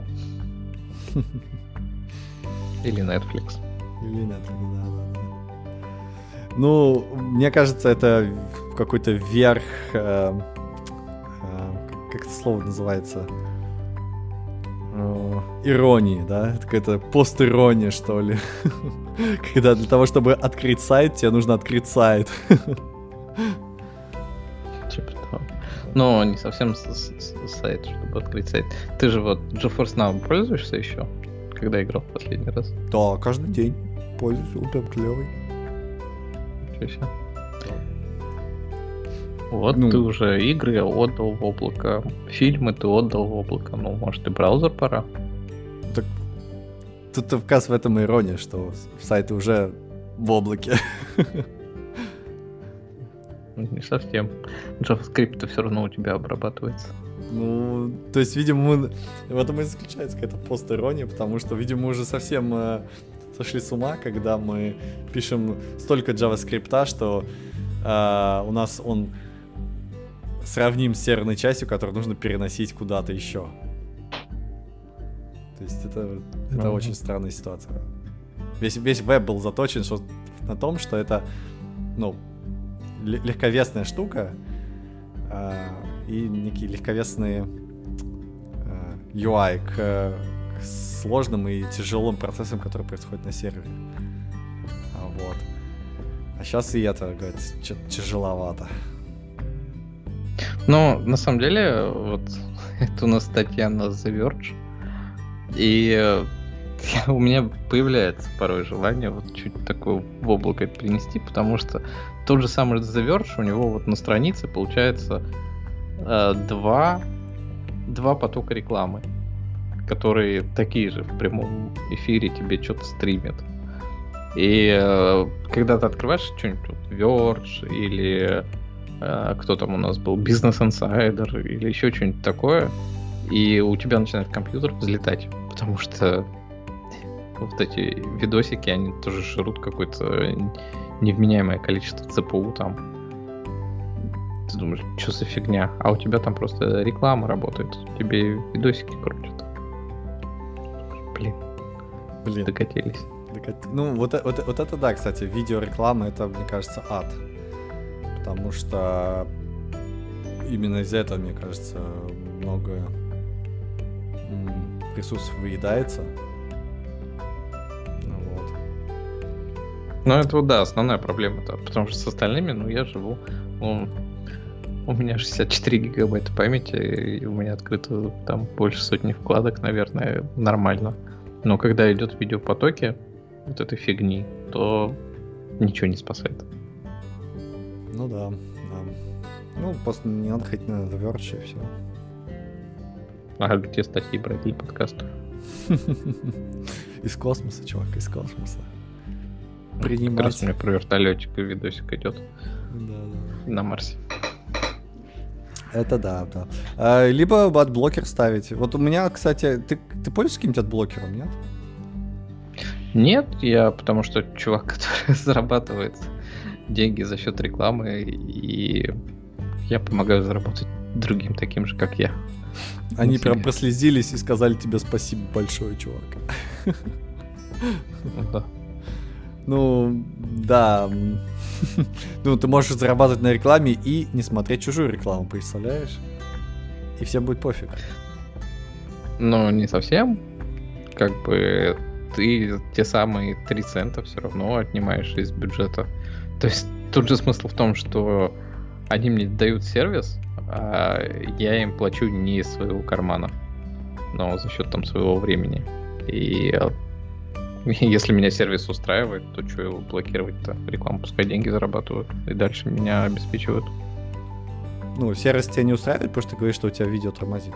Или Netflix. Или нет, да, да, да. Ну, мне кажется, это в- какой-то верх... э, э, как это слово называется? Э, иронии, да? Это какая-то постирония, что ли. Когда для того, чтобы открыть сайт, тебе нужно открыть сайт. Типа того. Но не совсем с- с- с- сайт, чтобы открыть сайт. Ты же вот GeForce Now пользуешься еще? Когда играл в последний раз? Да, каждый день пользуюсь, он прям клевый. Ничего себе. Вот Ну. ты уже игры отдал в облако, фильмы ты отдал в облако, ну, может, и браузер пора? Так тут, оказывается, в этом и ирония, что сайты уже в облаке. Ну, не совсем. JavaScript-то все равно у тебя обрабатывается. Ну, то есть, видимо, мы... в этом и заключается какая-то пост-ирония, потому что, видимо, мы уже совсем э, сошли с ума, когда мы пишем столько JavaScript, что э, у нас он сравним с серверной частью, которую нужно переносить куда-то еще. То есть это, это Мгм. очень странная ситуация. Весь, весь веб был заточен что, на том, что это, ну, ле- легковесная штука, а, и некие легковесные а, ю ай к, к сложным и тяжелым процессам, которые происходят на сервере. А, вот. А сейчас и это, говорит, что-то тяжеловато. Ну, на самом деле, вот это у нас статья на The Verge, и э, у меня появляется порой желание вот чуть такое в облако это принести, потому что тот же самый The Verge, у него вот на странице получается э, два, два потока рекламы, которые такие же в прямом эфире тебе что-то стримят. И э, когда ты открываешь что-нибудь, вот, Verge или э, кто там у нас был, Business Insider или еще что-нибудь такое, и у тебя начинает компьютер взлетать, потому что вот эти видосики, они тоже жрут какое-то невменяемое количество цэ пэ у там. Ты думаешь, что за фигня? А у тебя там просто реклама работает, тебе видосики крутят. Блин, Блин, докатились. Ну, вот, вот, вот это да, кстати, видеореклама, это, мне кажется, ад. Потому что именно из-за этого, мне кажется, много ресурсов выедается. Вот. Ну, это вот, да, основная проблема-то. Потому что с остальными, ну, я живу... Ну, у меня шестьдесят четыре гигабайта памяти, и у меня открыто там больше сотни вкладок, наверное, нормально. Но когда идет видеопотоки вот этой фигни, то ничего не спасает. Ну да, да. Ну, просто не надо ходить на The Verge и все. А где статьи брать для подкастов? Из космоса, чувак, из космоса. Принимать. Как раз у меня про вертолетик и видосик идет. Да, да. На Марсе. Это да, да. А, либо адблокер ставить. Вот у меня, кстати, ты, ты пользуешься каким-то адблокером, нет? Нет, я потому что чувак, который зарабатывает деньги за счет рекламы, и я помогаю заработать другим таким же, как я. Они прям прослезились и сказали тебе спасибо большое, чувак. Да. Ну, да. Ну, ты можешь зарабатывать на рекламе и не смотреть чужую рекламу, представляешь? И всем будет пофиг. Ну, не совсем. Как бы ты те самые три цента все равно отнимаешь из бюджета. То есть тут же смысл в том, что они мне дают сервис, а я им плачу не из своего кармана, но за счет там своего времени. И если меня сервис устраивает, то что его блокировать-то? Рекламу пускай деньги зарабатывают и дальше меня обеспечивают. Ну, сервис тебя не устраивает, потому что ты говоришь, что у тебя видео тормозит.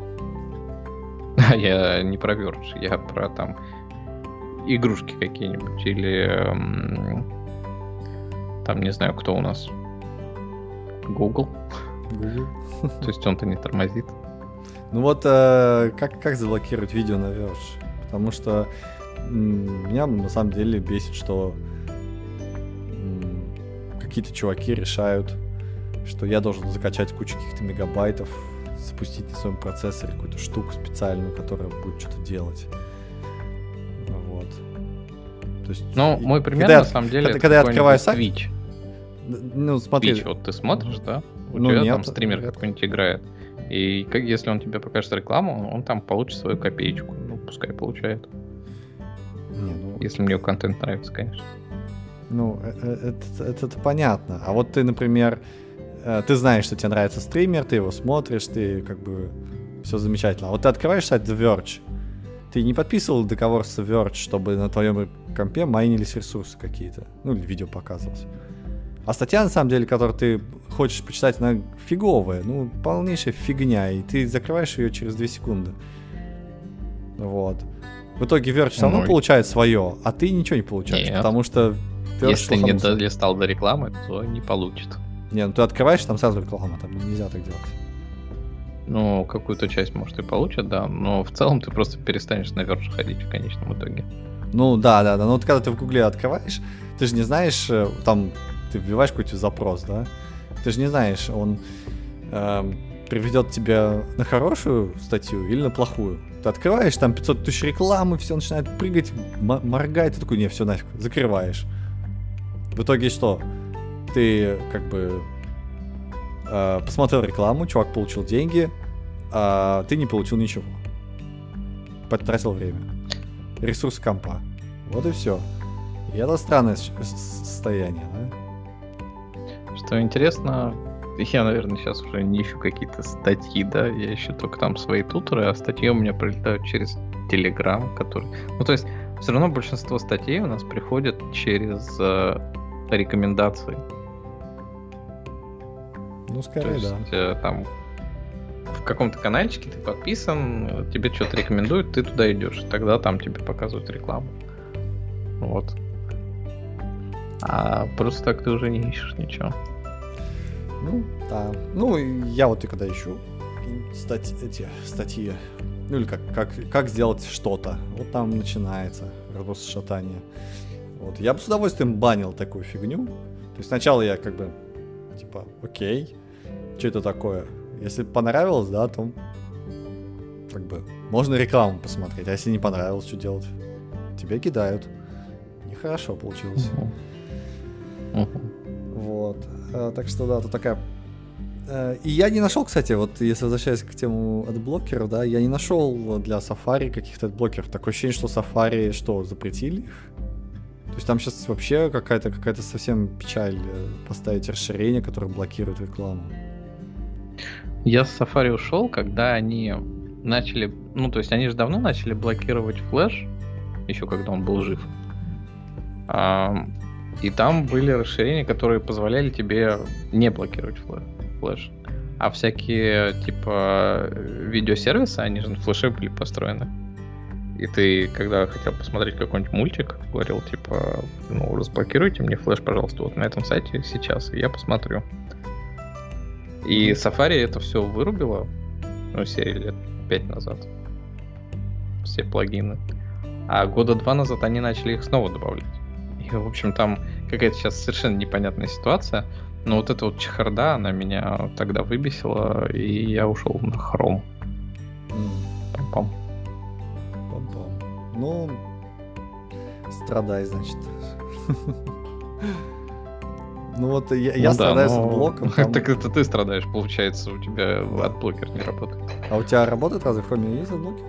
Я не про Verge, я про там игрушки какие-нибудь или эм, там не знаю, кто у нас. Google. Google. То есть он-то не тормозит. Ну вот э, как, как заблокировать видео на Verge? Потому что меня на самом деле бесит, что какие-то чуваки решают, что я должен закачать кучу каких-то мегабайтов, запустить на своем процессоре какую-то штуку специальную, которая будет что-то делать. Вот. То есть, ну, и, мой пример когда на самом деле когда, когда я открываю сайт, Twitch. Ну, смотри. Twitch, вот ты смотришь, да? У ну, тебя нет, там стример какой-нибудь играет. И как, если он тебе покажет рекламу, он там получит свою копеечку. Ну, пускай получает. Не, ну... Если мне контент нравится, конечно. Ну, это, это, это понятно. А вот ты, например, ты знаешь, что тебе нравится стример, ты его смотришь, ты как бы все замечательно. А вот ты открываешь сайт The Verge, ты не подписывал договор с The Verge, чтобы на твоем компе майнились ресурсы какие-то, ну или видео показывалось. А статья, на самом деле, которую ты хочешь почитать, она фиговая, ну, полнейшая фигня, и ты закрываешь ее через две секунды. Вот. В итоге Verge все равно Ой. получает свое, а ты ничего не получаешь, Нет. потому что... Если не долистал до рекламы, то не получит. Не, ну ты открываешь, там сразу реклама, там нельзя так делать. Ну, какую-то часть, может, и получат, да, но в целом ты просто перестанешь на Verge ходить в конечном итоге. Ну, да, да, да, но вот когда ты в Гугле открываешь, ты же не знаешь, там, ты вбиваешь какой-то запрос, да, ты же не знаешь, он эм, приведет тебя на хорошую статью или на плохую. Ты открываешь, там пятьсот тысяч рекламы, все начинает прыгать, м- моргает, ты такой, не, все нафиг, закрываешь. В итоге что? Ты как бы э, посмотрел рекламу, чувак получил деньги, а ты не получил ничего. Потратил время. Ресурсы компа. Вот и все. И это странное состояние, да? Что интересно, я, наверное, сейчас уже не ищу какие-то статьи, да, я ищу только там свои туторы, а статьи у меня прилетают через Telegram, который... Ну, то есть, все равно большинство статей у нас приходят через э, рекомендации. Ну, скорее, то есть, да. Э, там в каком-то канальчике ты подписан, тебе что-то рекомендуют, ты туда идешь, тогда там тебе показывают рекламу. Вот. А просто так ты уже не ищешь ничего. Ну, да. Ну, я вот и когда ищу стать, эти статьи, ну или как, как, как сделать что-то, вот там начинается шатание. Вот. Я бы с удовольствием банил такую фигню. То есть сначала я как бы, типа, окей, что это такое? Если понравилось, да, то как бы можно рекламу посмотреть, а если не понравилось, что делать? Тебя кидают. Нехорошо получилось. Uh-huh. Uh-huh. Вот. А, так что, да, тут такая... А, и я не нашел, кстати, вот если возвращаясь к тему адблокеров, да, я не нашел для Safari каких-то адблокеров. Такое ощущение, что Safari, что, запретили их? То есть там сейчас вообще какая-то какая-то совсем печаль поставить расширение, которое блокирует рекламу. Я с Safari ушел, когда они начали... Ну, то есть они же давно начали блокировать флеш, еще когда он был жив. А, и там были расширения, которые позволяли тебе не блокировать флеш. А всякие, типа, видеосервисы, они же на флеше были построены. И ты, когда хотел посмотреть какой-нибудь мультик, говорил, типа, ну, разблокируйте мне флеш, пожалуйста, вот на этом сайте сейчас, и я посмотрю. И Safari это все вырубило, ну, серии лет пять назад. Все плагины. А года два назад они начали их снова добавлять. И, в общем, там какая-то сейчас совершенно непонятная ситуация. Но вот эта вот чехарда, она меня тогда выбесила, и я ушел на Chrome. Пам-пам. Пам-пам. Ну, страдай, значит. Ну вот я, я ну, страдаю да, но... с блоком. Там... Так это ты страдаешь, получается, у тебя адблокер не работает. А у тебя работает разве в Chrome есть адблокер?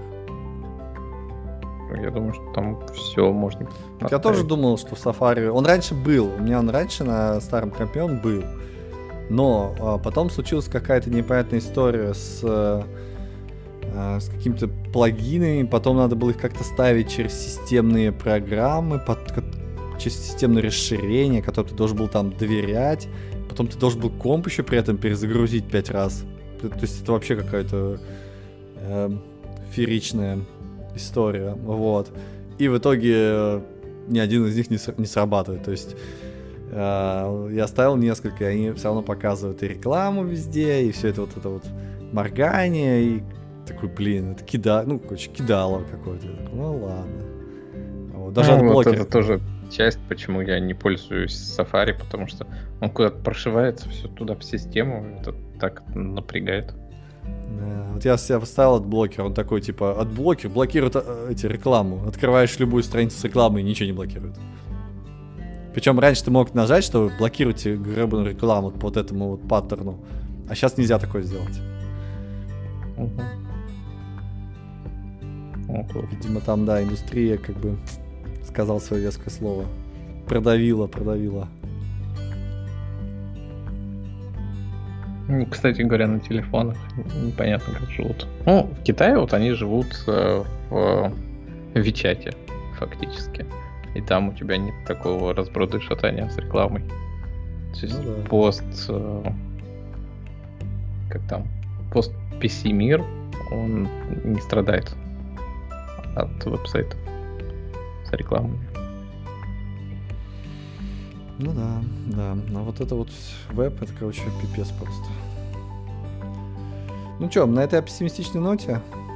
Я думаю, что там все можно. Я тоже думал, что в Safari... Он раньше был, у меня он раньше на старом компе он был. Но а, потом случилась какая-то непонятная история с, а, с какими-то плагинами, потом надо было их как-то ставить через системные программы, под, через системное расширение, которое ты должен был там доверять. Потом ты должен был комп еще при этом перезагрузить пять раз. То есть это вообще какая-то э, фееричная история, вот. И в итоге э, ни один из них не, с- не срабатывает. То есть э, я ставил несколько, и они все равно показывают и рекламу везде, и все это вот это вот моргание, и такой, блин, это кида... ну, короче, кидало какое-то. Ну ладно. Вот. Даже ну, вот это тоже часть, почему я не пользуюсь Safari, потому что он куда-то прошивается все туда в систему, это так напрягает. Да, вот я себя поставил адблокер, он такой, типа, адблокер блокирует эти рекламу. Открываешь любую страницу с рекламой и ничего не блокирует. Причем раньше ты мог нажать, что блокируйте гребаную рекламу по вот этому вот паттерну, а сейчас нельзя такое сделать. Угу. Вот. Видимо, там, да, индустрия, как бы, сказал свое веское слово. Продавила, продавила. Кстати говоря, на телефонах непонятно, как живут. Ну, в Китае вот они живут э, в Вичате, фактически. И там у тебя нет такого разброда и шатания с рекламой. То есть ну, да. пост... Э, как там? Пост пи си мир, он не страдает от веб-сайтов с рекламами. Ну да, да. А вот это вот веб, это, короче, пипец просто. Ну чё, на этой оптимистичной ноте?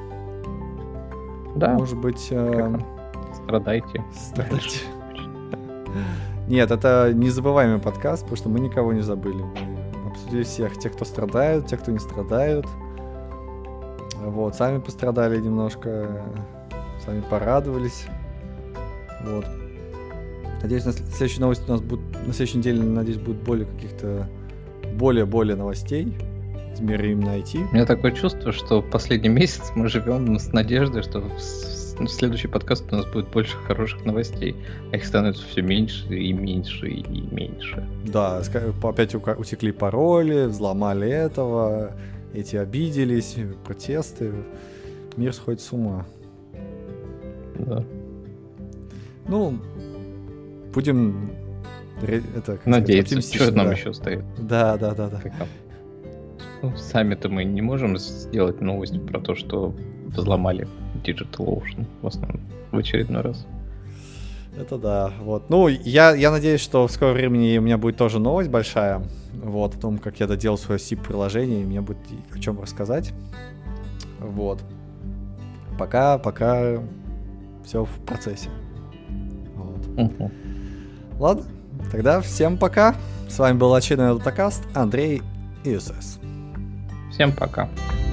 Да. Может быть... Э... Страдайте. Страдайте. Нет, это незабываемый подкаст, потому что мы никого не забыли. Мы обсудили всех. Тех, кто страдают, тех, кто не страдают. Вот, сами пострадали немножко. Сами порадовались. Вот. Надеюсь, на следующей новости у нас будет, на следующей неделе, надеюсь, будет более каких-то более-более новостей из мира именно ай ти. У меня такое чувство, что в последний месяц мы живем с надеждой, что в следующий подкаст у нас будет больше хороших новостей, а их становится все меньше и меньше и меньше. Да, опять утекли пароли, взломали этого, эти обиделись, протесты. Мир сходит с ума. Да. Ну, будем это, надеяться, что нам да. еще стоит. Да, да, да, да. Ну, сами-то мы не можем сделать новость про то, что взломали DigitalOcean в основном в очередной раз. Это да, вот. Ну, я, я надеюсь, что в скором времени у меня будет тоже новость большая, вот, о том, как я доделал свое сип-приложение, и мне будет о чем рассказать. Вот. Пока, пока все в процессе. Вот. Uh-huh. Ладно, тогда всем пока. С вами был очередной Дотакаст, Андрей и эс эс. Всем пока.